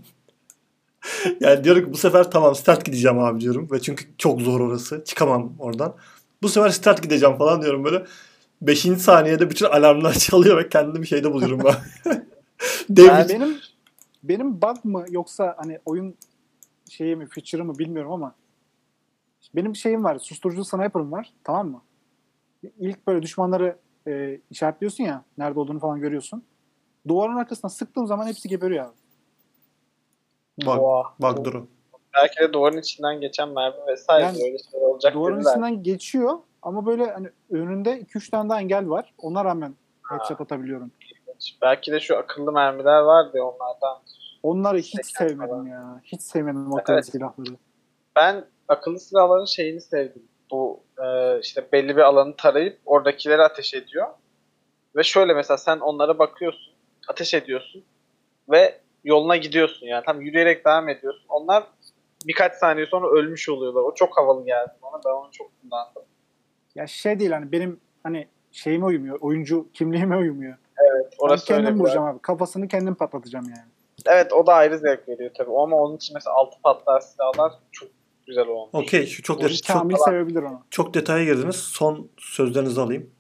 Yani diyorum ki bu sefer tamam start gideceğim abi diyorum. Ve çünkü çok zor orası. Çıkamam oradan. Bu sefer start gideceğim falan diyorum böyle. 5. saniyede bütün alarmlar çalıyor ve kendimi şeyde buluyorum ben. Ben- Benim bug mı yoksa hani oyun şeyi mi, feature'ı mı bilmiyorum ama benim şeyim var, susturucu sniper'ım var, tamam mı? İlk böyle düşmanları işaretliyorsun ya, nerede olduğunu falan görüyorsun. Duvarın arkasına sıktığım zaman hepsi geberiyor abi. Oha. Bak duru. Belki de duvarın içinden geçen mermi vesaire Yani öyle şeyler olacak Duvarın dediler. içinden geçiyor ama böyle hani önünde 2-3 tane daha engel var. Ona rağmen headshot atabiliyorum. Belki de şu akıllı mermiler vardı ya, onlardan. Onları hiç Teker sevmedim falan. ya. Hiç sevmedim o akıllı Evet. silahları. Ben akıllı silahların şeyini sevdim. Bu işte belli bir alanı tarayıp oradakileri ateş ediyor. Ve şöyle mesela sen onlara bakıyorsun, ateş ediyorsun ve yoluna gidiyorsun yani. Tam yürüyerek devam ediyorsun. Onlar birkaç saniye sonra ölmüş oluyorlar. O çok havalı geldi bana. Ben onu çok kullandım. Ya değil hani benim hani şeyime uymuyor. Oyuncu kimliğime uymuyor. Evet, Ben orası öyle kendim biraz. vuracağım abi. Kafasını kendim patlatacağım yani. Evet, o da ayrı zevk veriyor tabii. Ama onun için mesela altı patlar silahlar çok güzel olmuş. Okey şu çok Yani çok Kamil sevebilir onu. çok detaya girdiniz. Son sözlerinizi alayım.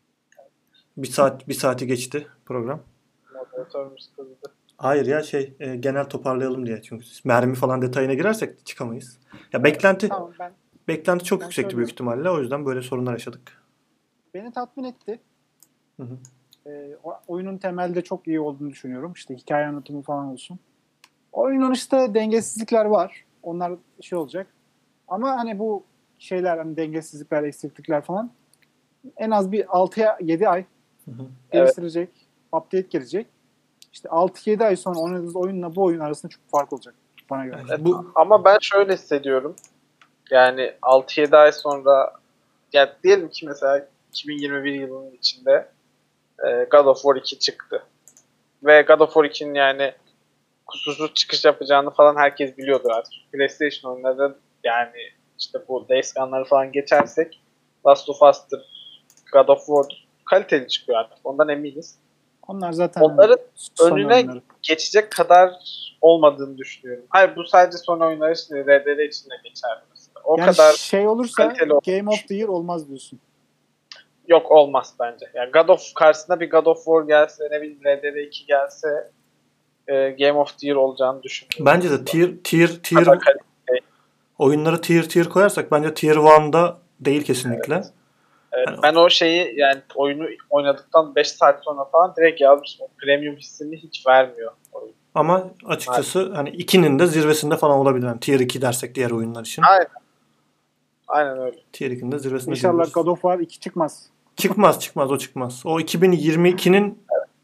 Bir saati geçti program. Moderatörümüz kızdı. Hayır ya genel toparlayalım diye. Çünkü mermi falan detayına girersek çıkamayız. Ya beklenti Tamam çok ben yüksekti söylüyorum. büyük ihtimalle. O yüzden böyle sorunlar yaşadık. Beni tatmin etti. Hı hı. Oyunun temelde çok iyi olduğunu düşünüyorum. İşte hikaye anlatımı falan olsun. Oyunun işte dengesizlikler var. Onlar şey olacak. Ama hani bu şeyler hani dengesizlikler, eksiklikler falan en az bir 6'ya 7 ay Hı hı. geliştirecek. Update gelecek. İşte 6-7 ay sonra oynadığınız oyunla bu oyun arasında çok fark olacak bana göre. Evet, bu Ama ben şöyle hissediyorum. Yani 6-7 ay sonra, yani diyelim ki mesela 2021 yılının içinde God of War 2 çıktı. Ve God of War 2'nin yani kusursuz çıkış yapacağını falan herkes biliyordu artık. PlayStation oyunları, yani işte bu Days Gone'ları falan geçersek Last of Us'tır, God of War'dur, kaliteli çıkıyor artık. Ondan eminiz. Onlar zaten Onların son önüne oyunları. geçecek kadar olmadığını düşünüyorum. Hayır, bu sadece son oyunlar için değil, RDR için de geçerli mesela. O Yani kadar şey olursa kaliteli olmuş. Game of the Year olmaz diyorsun. Yok, olmaz bence. Yani God of karşısında bir God of War gelse, ne bileyim RDR 2 gelse Game of the Year olacağını düşünüyorum. bence de aslında. tier Kadar kaliteli. oyunları tier koyarsak bence tier 1'da değil kesinlikle. Evet, Yani, ben o şeyi, yani oyunu oynadıktan 5 saat sonra falan direkt yazmışım. O premium hissini hiç vermiyor oyun. ama açıkçası hani 2'nin de zirvesinde falan olabilir. Yani tier 2 dersek diğer oyunlar için. Aynen. Aynen öyle. Tier 2'nin de zirvesinde İnşallah diyebiliriz. God of War 2 çıkmaz. Çıkmaz. O 2022'nin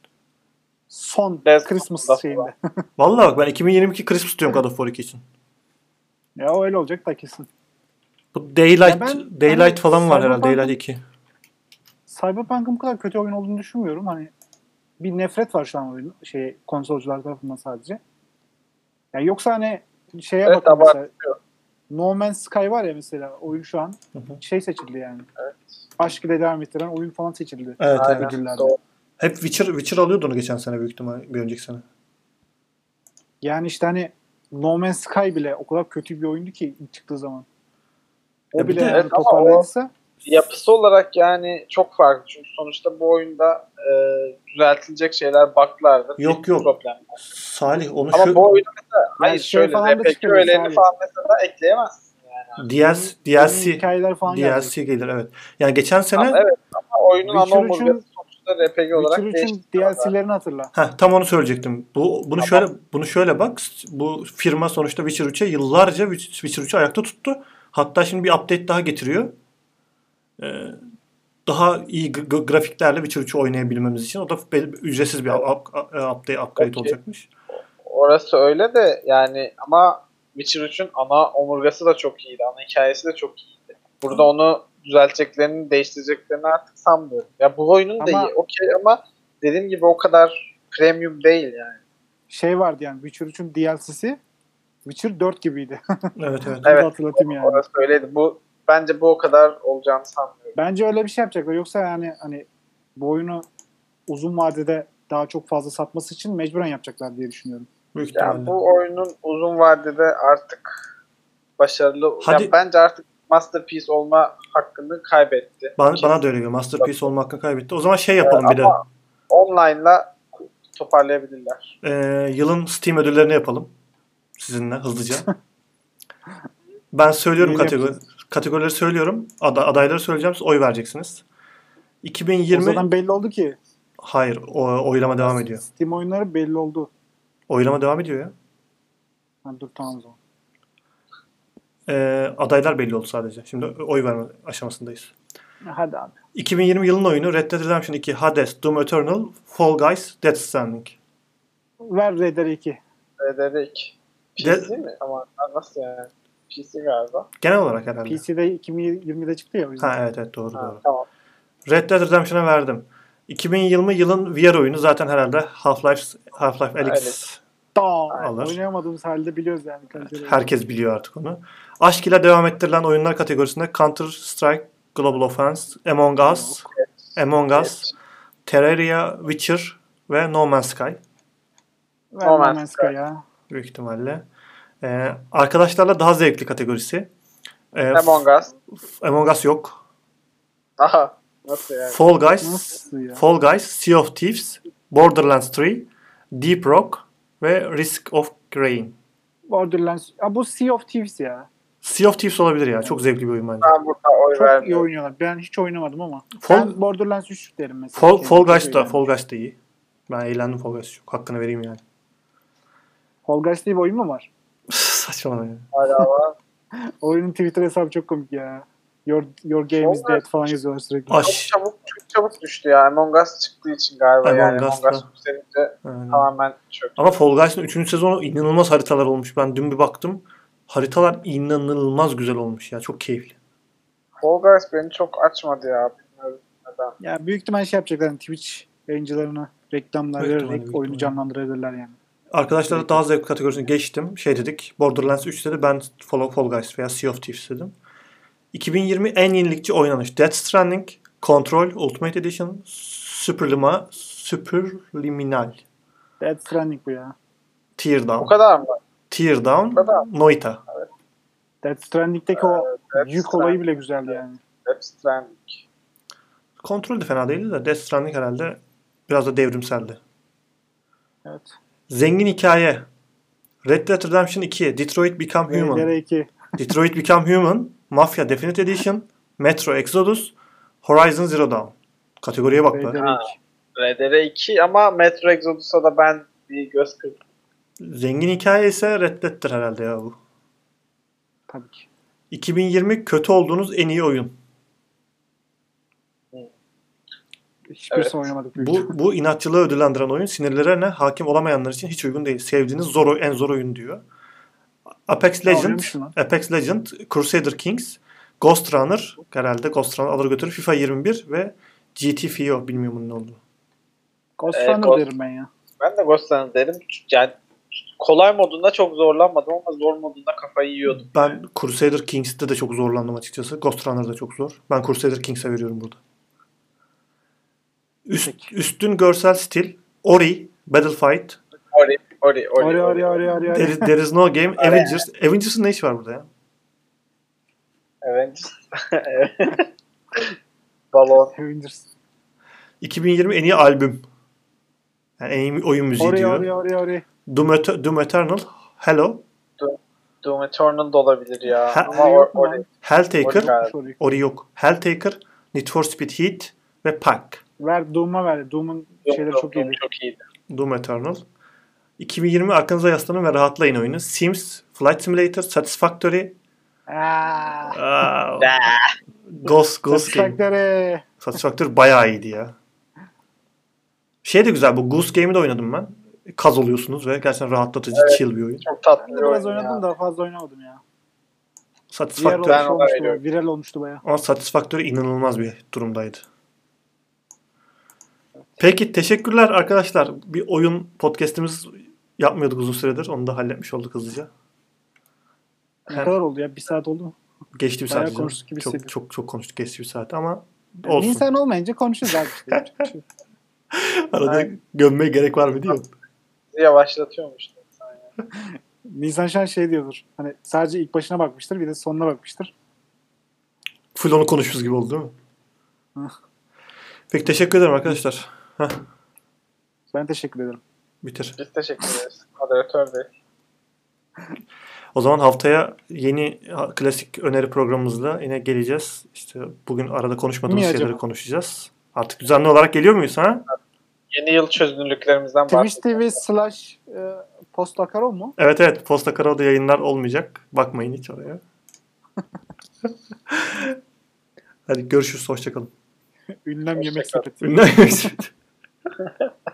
Son Best Christmas of şeyinde. vallahi bak ben 2022 Christmas diyorum God of War 2 için. Ya o öyle olacak da kesin. Bu Daylight Ya ben Daylight falan var herhalde. Cyberpunk'ın Daylight 2. bu kadar kötü oyun olduğunu düşünmüyorum. Hani bir nefret var şu an oyun konsolcular tarafından sadece. Yani yoksa hani şeye Evet, bakın mesela abartıyor. No Man's Sky var ya mesela oyun şu an seçildi yani. Evet. Aşk ile devam ettiren oyun falan seçildi. Evet, Aynen. evet. Ödüllerde. Doğru. Hep Witcher alıyordu onu geçen sene büyük ihtimal. Bir önceki sene. Yani işte hani No Man's Sky bile o kadar kötü bir oyundu ki ilk çıktığı zaman. O Ya bir bile de- yani Evet, ama toparladıysa yapısı olarak yani çok farklı. Çünkü sonuçta bu oyunda düzeltilecek şeyler, bug'lardır. Yok. Problemler. Salih onu Ama bu oyunda mesela hayır şöyle falan da RPG çıkabilir öğelerini Salih. falan mesela ekleyemezsin yani. Yeni hikayeler falan gelecek. DLC gelir evet. Yani geçen Ama sene evet, ama oyunun ana Witcher omurgası 3'ün sonuçta da RPG olarak Witcher 3'ün değişti. DLC'lerini hatırla. Tam onu söyleyecektim. Bunu şöyle bak. Bu firma sonuçta Witcher 3'e yıllarca Witcher 3'ü ayakta tuttu. Hatta şimdi bir update daha getiriyor. Daha iyi grafiklerle Witcher 3'ü oynayabilmemiz için. O da ücretsiz bir upgrade Okay. olacakmış. Orası öyle de yani ama Witcher 3'ün ana omurgası da çok iyiydi. Ana hikayesi de çok iyiydi. Burada onu düzelteceklerini, değiştireceklerini artık sanmıyorum. Ya bu oyunun da Ama- iyi. Okey ama dediğim gibi o kadar premium değil yani. Şey vardı yani Witcher 3'ün DLC'si Witcher 4 gibiydi. Evet. Bunu Evet. da hatırlatayım yani. Orası öyleydi. Bence bu o kadar olacağını sanmıyorum. Bence öyle bir şey yapacaklar. Yoksa yani hani bu oyunu uzun vadede daha çok fazla satması için mecburen yapacaklar diye düşünüyorum. Büyük ihtimalle. Yani bu oyunun uzun vadede artık başarılı... Hadi- Ya bence artık Masterpiece olma hakkını kaybetti. Bana da öyle geliyor. Masterpiece olma hakkını kaybetti. O zaman şey yapalım bir de. Ama online'la toparlayabilirler. Yılın Steam ödüllerini yapalım. Sizinle hızlıca. Ben söylüyorum Neyi kategorileri söylüyorum. Adayları söyleyeceğim. Siz oy vereceksiniz. 2020 O zaten belli oldu ki. Hayır, oylama devam ediyor. Steam oyunları belli oldu. Oylama devam ediyor ya. Ha, dur tamam o zaman. Adaylar belli oldu sadece. Şimdi oy verme aşamasındayız. Hadi abi. 2020 yılının oyunu Red Dead Redemption 2, Hades, Doom Eternal, Fall Guys, Death Stranding. Ver Raider 2. Ederek. PC mi? Ama nasıl yani? PC galiba. Genel olarak herhalde. PC'de 2020'de çıktı ya o yüzden. Evet doğru. Tamam. Red Dead Redemption'a verdim. 2020 yılın VR oyunu zaten herhalde Half-Life Alyx alır. Oynayamadığımız halde biliyoruz yani. Herkes biliyor artık onu. Aşk ile devam ettirilen oyunlar kategorisinde Counter Strike, Global Offense, Among Us, Terraria, Witcher ve No Man's Sky. Ver No Man's Sky ya. Büyük ihtimalle. Arkadaşlarla daha zevkli kategorisi. Among Us yok. Aha. Nasıl yani? Fall Guys, Sea of Thieves, Borderlands 3, Deep Rock ve Risk of Rain. Borderlands. Bu Sea of Thieves ya. Sea of Thieves olabilir ya. Çok zevkli bir oyun bence. Ben burada oy Çok verdim. iyi oynuyorlar. Ben hiç oynamadım ama. Ben Borderlands 3 derim mesela. Fall Guys da iyi. Ben eğlendim Fall Guys. Çok hakkını vereyim yani. Fall Guys diye bir oyun mu var? Saçmalama ya. Hala var. Oyunun Twitter hesabı çok komik ya. Your game is dead falan yazıyorlar sürekli. Çok çabuk düştü ya. Among Us çıktığı için galiba. Among Us yükselince tamamen çöktü. Ama Fall Guys'ın 3. sezonu inanılmaz haritalar olmuş. Ben dün bir baktım. Haritalar inanılmaz güzel olmuş ya. Çok keyifli. Fall Guys beni çok açmadı ya. Bilmiyorum neden. Ya büyük ihtimal şey yapacaklar. Yani Twitch yayıncılarına reklamlar vererek oyunu canlandırabilirler yani. Arkadaşlarla daha zevk kategorisine geçtim. Şey dedik. Borderlands 3 dedi. Ben Fall Guys veya Sea of Thieves dedim. 2020 en yenilikçi oynanış. Death Stranding, Control, Ultimate Edition, Superliminal. Death Stranding bu ya. Teardown. Bu kadar mı? Teardown, Noita. Evet. Death Stranding'deki o yük olayı bile güzeldi yani. Death Stranding. Control de fena değildi de Death Stranding herhalde biraz da devrimseldi. Evet. Zengin hikaye. Red Dead Redemption 2, Detroit Become Human. Detroit Become Human, Mafia Definitive Edition, Metro Exodus, Horizon Zero Dawn. Kategoriye bak be. RDR 2 ama Metro Exodus'a da ben bir göz kırptım. Zengin hikaye ise Red Dead'tir herhalde ya bu. Tabii ki. 2020 kötü olduğunuz en iyi oyun. Hiçbirisi oynamadık. Bu inatçılığı ödüllendiren oyun sinirlerine hakim olamayanlar için hiç uygun değil. Sevdiğiniz en zor oyun diyor. Apex Legend, Crusader Kings, Ghost Runner, herhalde Ghost Runner alır götürür, FIFA 21 ve GTFO, bilmiyorum bunun ne olduğunu. Ghost Runner derim ben ya. Ben de Ghost Runner derim. Yani kolay modunda çok zorlanmadım ama zor modunda kafayı yiyordum. Ben Crusader Kings'te de çok zorlandım açıkçası. Ghost Runner'da çok zor. Ben Crusader Kings'e veriyorum burada. Üstün görsel stil, Ori, Battlefight, Ori. There is no game, Avengers. Avengers'ın ne işi var burada ya? Avengers. Balon. Avengers. 2020 en iyi albüm. Yani en iyi oyun müziği diyor. Ori. Doom Eternal, Hello. Doom Eternal da olabilir ya. Ama Ori. Helltaker, Ori yok. Helltaker, Need for Speed Heat ve Pack. Ver Doom'a ver. Doom'un şeyleri çok iyiydi. Çok iyiydi. Doom Eternal. 2020 arkanıza yaslanın ve rahatlayın oyunu. Sims, Flight Simulator, Satisfactory, Aa, Ghost Game. Satisfactory. Satisfactory bayağı iyiydi ya. Şey de güzel, bu Goose Game'i de oynadım ben. Kaz oluyorsunuz ve gerçekten rahatlatıcı, chill bir oyun. Çok tatlı Ben bir de biraz oyun oynadım ya. da fazla oynamadım ya. Satisfactory, Ben ona Olmuştu, veriyorum. viral olmuştu bayağı. ama Satisfactory inanılmaz bir durumdaydı. Peki teşekkürler arkadaşlar. Bir oyun podcast'imiz yapmıyorduk uzun süredir. Onu da halletmiş olduk hızlıca. Ne Hem- kadar oldu ya? 1 saat oldu mu? Geçti bir Bayağı saat. canım. konuştuk gibi hissediyorum. Çok konuştuk. Geçti bir saat ama Yani olsun. insan olmayınca konuşuruz abi işte. Yapacak bir şey yok. Arada Aynen. gömmeye gerek var mı diyor. Bizi yavaşlatıyormuş. insan ya. Nisan Şen şey diyordur. Hani sadece ilk başına bakmıştır, bir de sonuna bakmıştır. Full onu konuşuruz gibi oldu değil mi? Hı. Peki teşekkür ederim arkadaşlar. Heh, Ben teşekkür ederim. bitir. Biz teşekkür ederiz. Moderatör Bey. O zaman haftaya yeni klasik öneri programımızla yine geleceğiz. İşte bugün arada konuşmadığımız Mi şeyleri acaba? konuşacağız. Artık düzenli olarak geliyor muyuz ha? Yeni yıl çözünürlüklerimizden Twitch bahsedelim. TV / Post Akaro mu? Evet. Posta Karao'da yayınlar olmayacak. Bakmayın hiç oraya. Hadi görüşürüz. Hoşçakalın. Ünlem yemek Hoşça kal. sepeti. Ünlem